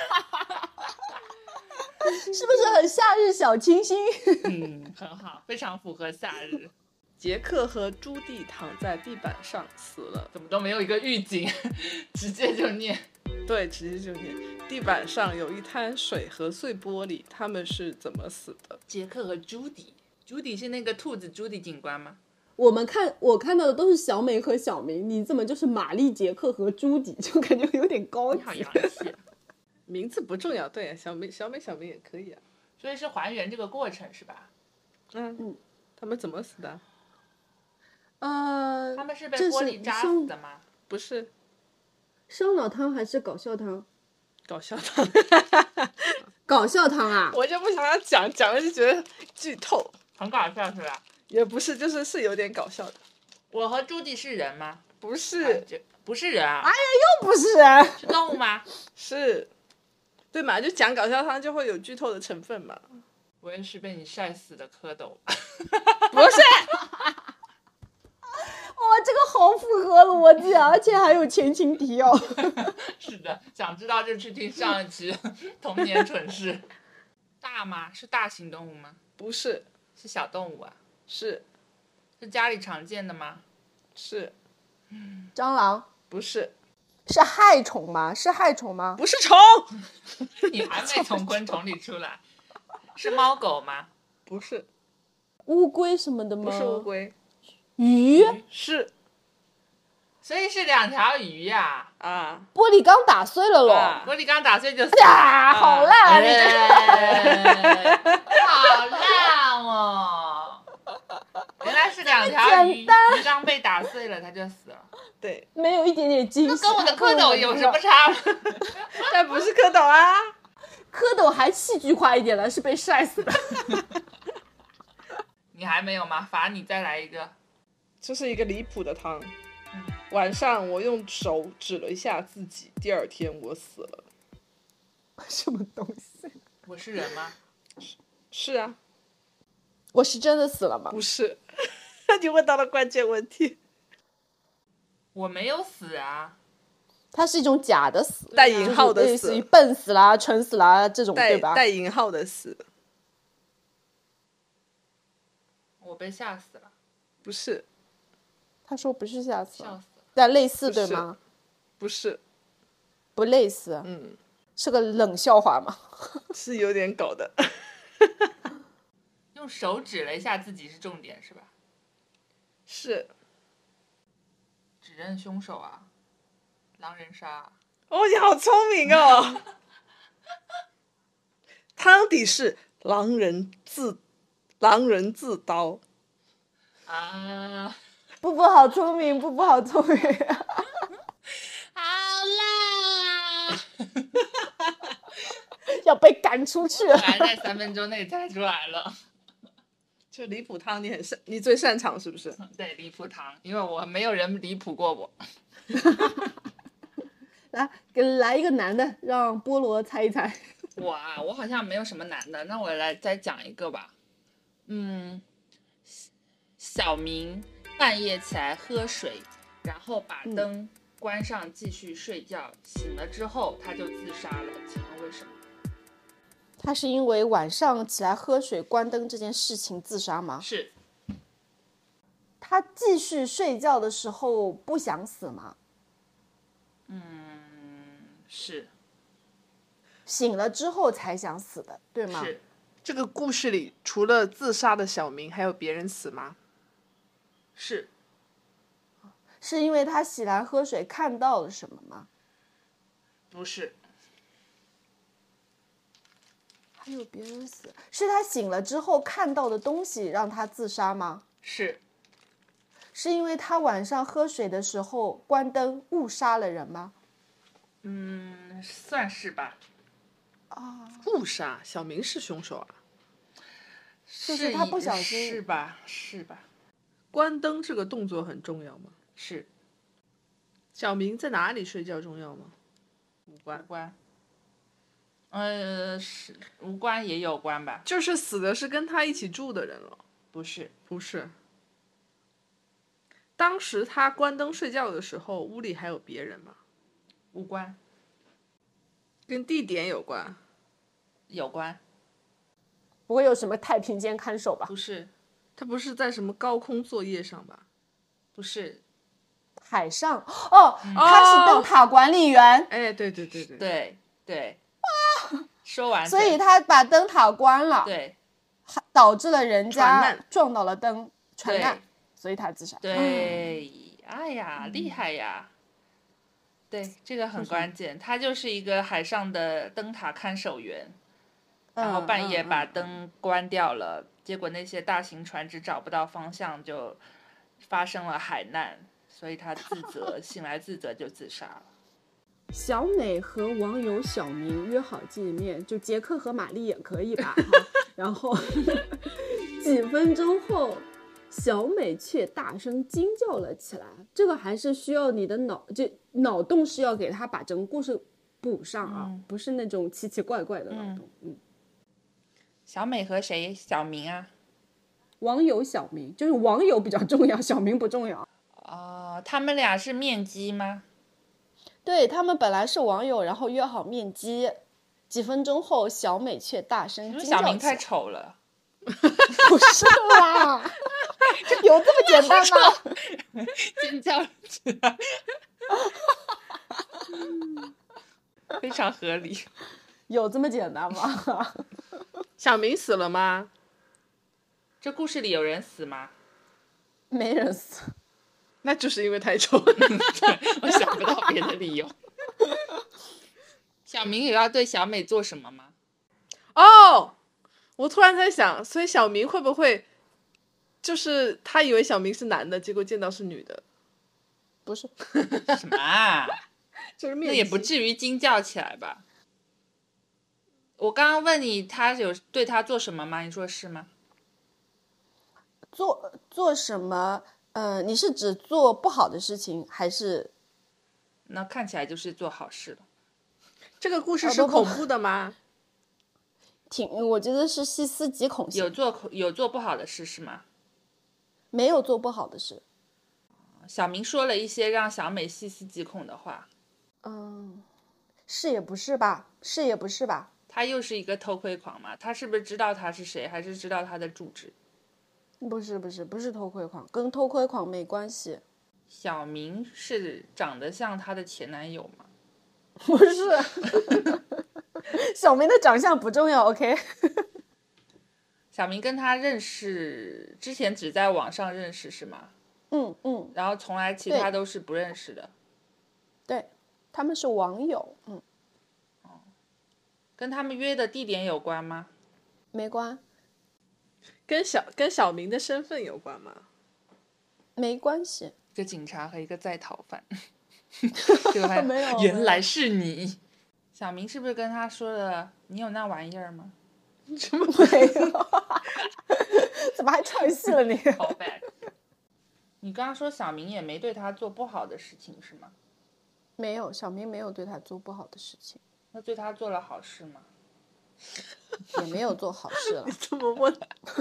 是不是很夏日小清新？ 嗯，很好，非常符合夏日。 杰克和朱棣躺在地板上死了。 怎么都没有一个预警，直接就念。 对，直接就念。地板上有一滩水和碎玻璃，他们是怎么死的？ 杰克和朱迪。朱迪是那个兔子朱迪警官吗？ 我们看我看到的都是小美和小明，你怎么就是玛丽、杰克和朱迪，就感觉有点高级。 好洋气。 名字不重要，对，小美、小美、小明也可以啊。 所以是还原这个过程是吧？ 嗯嗯，他们怎么死的？ 呃， 他们是被玻璃扎死的吗？ 不是。 烧脑汤还是搞笑汤？ 搞笑汤。 搞笑汤啊！ 我就不想要讲，讲了就觉得剧透。 很搞笑是吧？ 也不是，就是是有点搞笑的。 我和朱迪是人吗？ 不是、 啊、不是人啊！ 哎呀，又不是人， 是动物吗？ 是，对嘛？就讲搞笑汤就会有剧透的成分嘛。 我也是被你晒死的蝌蚪。 不是。 哇，这个好符合逻辑啊，而且还有前情提要。 是的，想知道就去听上一期童年蠢事。大吗？是大型动物吗？ 不是。 是小动物啊？ 是。 是家里常见的吗？ 是。 蟑螂？ 不是。 是害虫吗？是害虫吗？ 不是虫。 你还没从昆虫里出来。是猫狗吗？ 不是。 乌龟什么的吗？ 不是乌龟。 鱼？ 是。 所以是两条鱼呀、 啊！啊， 玻璃缸打碎了咯、 啊、 玻璃缸打碎就死了、啊、好烂啊、你这好烂哦！原来是两条鱼，鱼缸被打碎了，它就死了。 对， 没有一点点惊喜。 那跟我的蝌蚪有什么差？ 但不是蝌蚪啊， 蝌蚪还戏剧化一点了，是被晒死的。 你还没有吗？罚你再来一个。 这是一个离谱的汤。晚上我用手指了一下自己，第二天我死了。 什么东西？ 我是人吗？ 是啊。 我是真的死了吗？ 不是。你问到了关键问题。 我没有死啊。 它是一种假的死， 带引号的死， 类似于笨死啦、蠢死啦这种，对吧？ 带引号的死。 我被吓死了。 不是。 他说不是吓死了， 笑死了。 但类似对吗？ 不是。 不类似。 嗯。 是个冷笑话吗？ 是有点搞的。 用手指了一下自己是重点是吧？ 是。 指认凶手啊。狼人杀。 哦，你好聪明哦。汤底是狼人自狼人自刀啊。 布布好聪明，布布好聪明。 好烂啊。 要被赶出去了。 还在三分钟内猜出来了。 就离谱汤你很擅你最擅长是不是？ 对，离谱汤，因为我没有人离谱过我。 来，给来一个男的，让菠萝猜一猜。 我啊，我好像没有什么难的，那我来再讲一个吧。嗯，小明半夜起来喝水，然后把灯关上继续睡觉，嗯、醒了之后他就自杀了，请问为什么？ 他是因为晚上起来喝水关灯这件事情自杀吗？ 是。 他继续睡觉的时候不想死吗？ 嗯，是。 醒了之后才想死的，对吗？ 是。 这个故事里除了自杀的小明，还有别人死吗？ 是。 是因为他醒来喝水看到了什么吗？ 不是。 还有别人死，是他醒了之后看到的东西让他自杀吗？ 是。 是因为他晚上喝水的时候关灯误杀了人吗？ 嗯，算是吧。 啊， 误杀，小明是凶手啊？ 就是他不小心， 是吧？是吧？ 关灯这个动作很重要吗？ 是。 小明在哪里睡觉重要吗？无关。 无关。呃，是无关也有关吧？ 就是死的是跟他一起住的人了。 不是。 不是。当时他关灯睡觉的时候，屋里还有别人吗？ 无关。 跟地点有关？ 有关。 不会有什么太平间看守吧？ 不是。 他不是在什么高空作业上吧？ 不是。 海上哦，嗯、他是灯塔管理员。 哎，对对对对对对。说完。 所以他把灯塔关了。 对。 导致了人家撞到了灯，船难，所以他自杀。 对，嗯、哎呀，厉害呀！对，这个很关键，他就是一个海上的灯塔看守员，嗯、然后半夜把灯关掉了，嗯嗯嗯、结果那些大型船只找不到方向，就发生了海难，所以他自责，醒来自责就自杀了。 小美和网友小明约好见面，就杰克和玛丽也可以吧。然后几分钟后，小美却大声惊叫了起来。这个还是需要你的脑，就脑洞是要给他把整个故事补上啊，嗯、不是那种奇奇怪怪的脑洞。嗯，嗯小美和谁？小明啊？ 网友小明，就是网友比较重要，小明不重要。 哦，他们俩是面基吗？ 对，他们本来是网友，然后约好面基，几分钟后，小美却大声惊叫起来。 小明太丑了。 不是啦，有这么简单吗？ 尖叫起来，非常合理。 有这么简单吗？ 小明死了吗？ 这故事里有人死吗？ 没人死。 那就是因为太丑了。 我想不到别的理由。小明有要对小美做什么吗？ 哦，我突然在想，所以小明会不会就是他以为小明是男的，结果见到是女的？ 不是。 什么啊？ 就是面那也不至于惊叫起来吧？ 我刚刚问你他有对他做什么吗？你说是吗？ 做做什么？呃，你是指做不好的事情，还是？ 那看起来就是做好事了。 这个故事是啊不不恐怖的吗？ 挺，我觉得是细思极恐型。 有做有做不好的事是吗？ 没有做不好的事。 小明说了一些让小美细思极恐的话。 嗯，是也不是吧？是也不是吧？ 他又是一个偷窥狂嘛？他是不是知道他是谁，还是知道他的住址？ 不是不是不是偷窥狂，跟偷窥狂没关系。 小明是长得像他的前男友吗？ 不是，小明的长相不重要 ，OK。 小明跟他认识之前只在网上认识是吗？ 嗯嗯， 然后从来其他都是不认识的。 对，他们是网友，嗯， 跟他们约的地点有关吗？ 没关， 跟小跟小明的身份有关吗？ 没关系。 一个警察和一个在逃犯。结果发现没有原来是你。小明是不是跟他说了你有那玩意儿吗？ 什么没有？怎么还串戏了你？ 好 bad。你刚刚说小明也没对他做不好的事情是吗？ 没有，小明没有对他做不好的事情， 那对他做了好事吗？ 也没有做好事了你。这么问？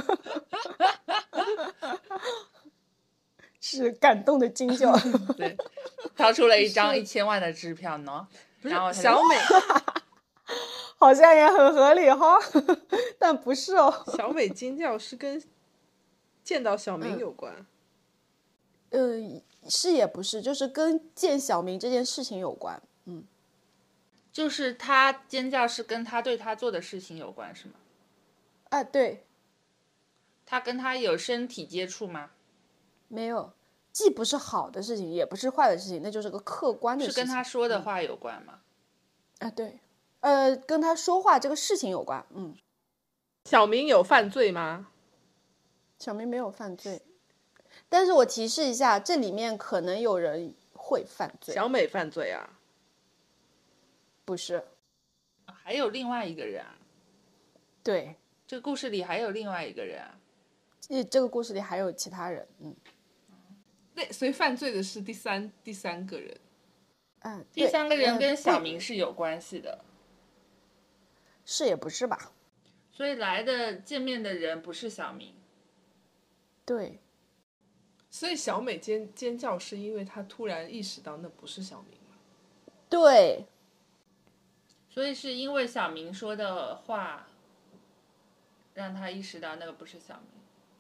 是感动的惊叫。 对，掏出了一张一千万的支票呢。 不是然后他就小美， 好像也很合理哈，但不是哦。 小美惊叫是跟见到小明有关。 呃，是也不是，就是跟见小明这件事情有关。嗯， 就是他尖叫是跟他对他做的事情有关是吗？ 啊，对， 他跟他有身体接触吗？ 没有，既不是好的事情，也不是坏的事情，那就是个客观的事情。 是跟他说的话有关吗？ 啊，对，呃，跟他说话这个事情有关。嗯， 小明有犯罪吗？ 小明没有犯罪，但是我提示一下，这里面可能有人会犯罪。 小美犯罪啊？ 不是， 还有另外一个人啊？ 对， 这个故事里还有另外一个人啊？ 这这个故事里还有其他人。嗯， 那所以犯罪的是第三第三个人。 啊， 第三个人呃跟小不明是有关系的， 是也不是吧？ 所以来的见面的人不是小明。 对， 所以小美尖尖叫是因为她突然意识到那不是小明吗？ 对， 所以是因为小明说的话，让他意识到那个不是小明。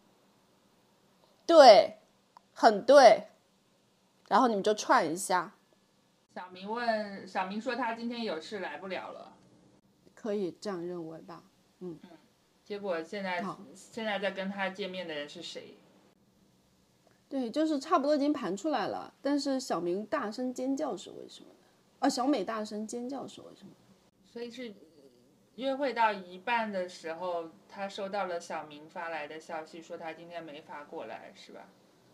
对，很对。然后你们就串一下， 小明问小明说他今天有事来不了了， 可以这样认为吧？嗯， 结果现在好现在在跟他见面的人是谁？ 对，就是差不多已经盘出来了。但是小明大声尖叫是为什么呢？啊，小美大声尖叫是为什么？ 所以是约会到一半的时候，他收到了小明发来的消息，说他今天没法过来，是吧？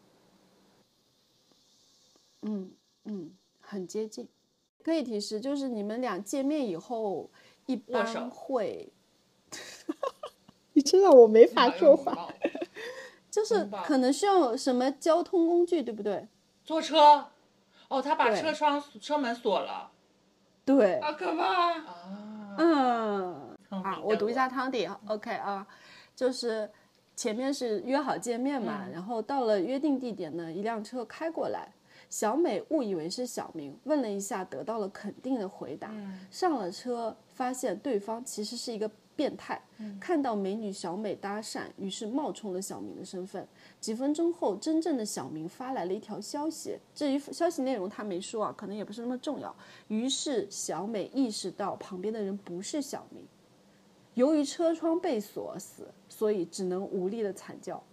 嗯嗯，很接近。可以提示，就是你们俩见面以后，一握手般会，你这让我没法说话。 话。 就是拥抱可能需要什么交通工具，对不对？ 坐车，哦，他把对车窗车门锁了， 对， 好可怕！ 啊， 嗯， 聪明的， 啊我读一下汤底，OK 啊，就是前面是约好见面嘛，然后到了约定地点呢，一辆车开过来，小美误以为是小明，问了一下，得到了肯定的回答。上了车，发现对方其实是一个变态，看到美女小美搭讪，于是冒充了小明的身份。几分钟后，真正的小明发来了一条消息，至于消息内容他没说啊，可能也不是那么重要。于是小美意识到旁边的人不是小明，由于车窗被锁死，所以只能无力的惨叫。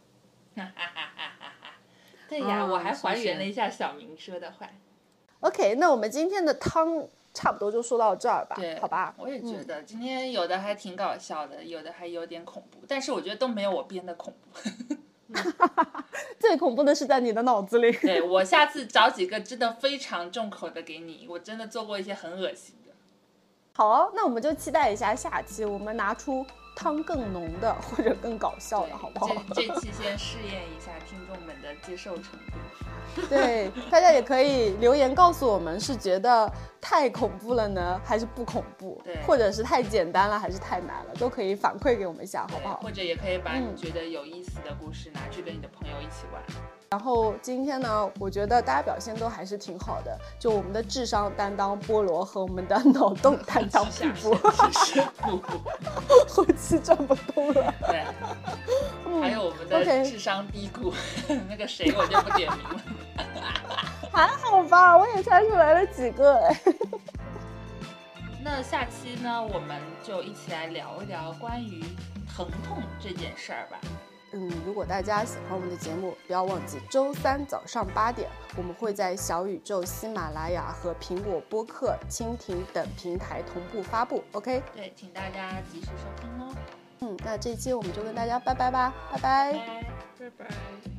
对呀， 啊我还还是是原了一下小明说的话。 OK，那我们今天的汤差不多就说到这儿吧， 对， 好吧？ 我也觉得今天有的还挺搞笑的，有的还有点恐怖，但是我觉得都没有我编的恐怖。 最恐怖的是在你的脑子里。 对，我下次找几个真的非常重口的给你，我真的做过一些很恶心的。 好哦，那我们就期待一下下期我们拿出汤更浓的或者更搞笑的，好不好？ 这这期先试验一下听众们的接受程度。 对，大家也可以留言告诉我们，是觉得太恐怖了呢，还是不恐怖？ 对， 或者是太简单了，还是太难了，都可以反馈给我们一下，好不好？ 或者也可以把你觉得有意思的故事拿去跟你的朋友一起玩。 然后今天呢，我觉得大家表现都还是挺好的，就我们的智商担当菠萝和我们的脑洞担当屁股，后期转不动了。 对，嗯、还有我们的智商低谷， okay. 那个谁我就不点名了。 还好吧，我也猜出来了几个哎。 那下期呢，我们就一起来聊一聊关于疼痛这件事儿吧。 嗯，如果大家喜欢我们的节目，不要忘记周三早上八点，我们会在小宇宙、喜马拉雅和苹果播客、蜻蜓等平台同步发布。OK？ 对，请大家及时收听哦。 嗯，那这期我们就跟大家拜拜吧，拜拜， 拜拜。拜拜。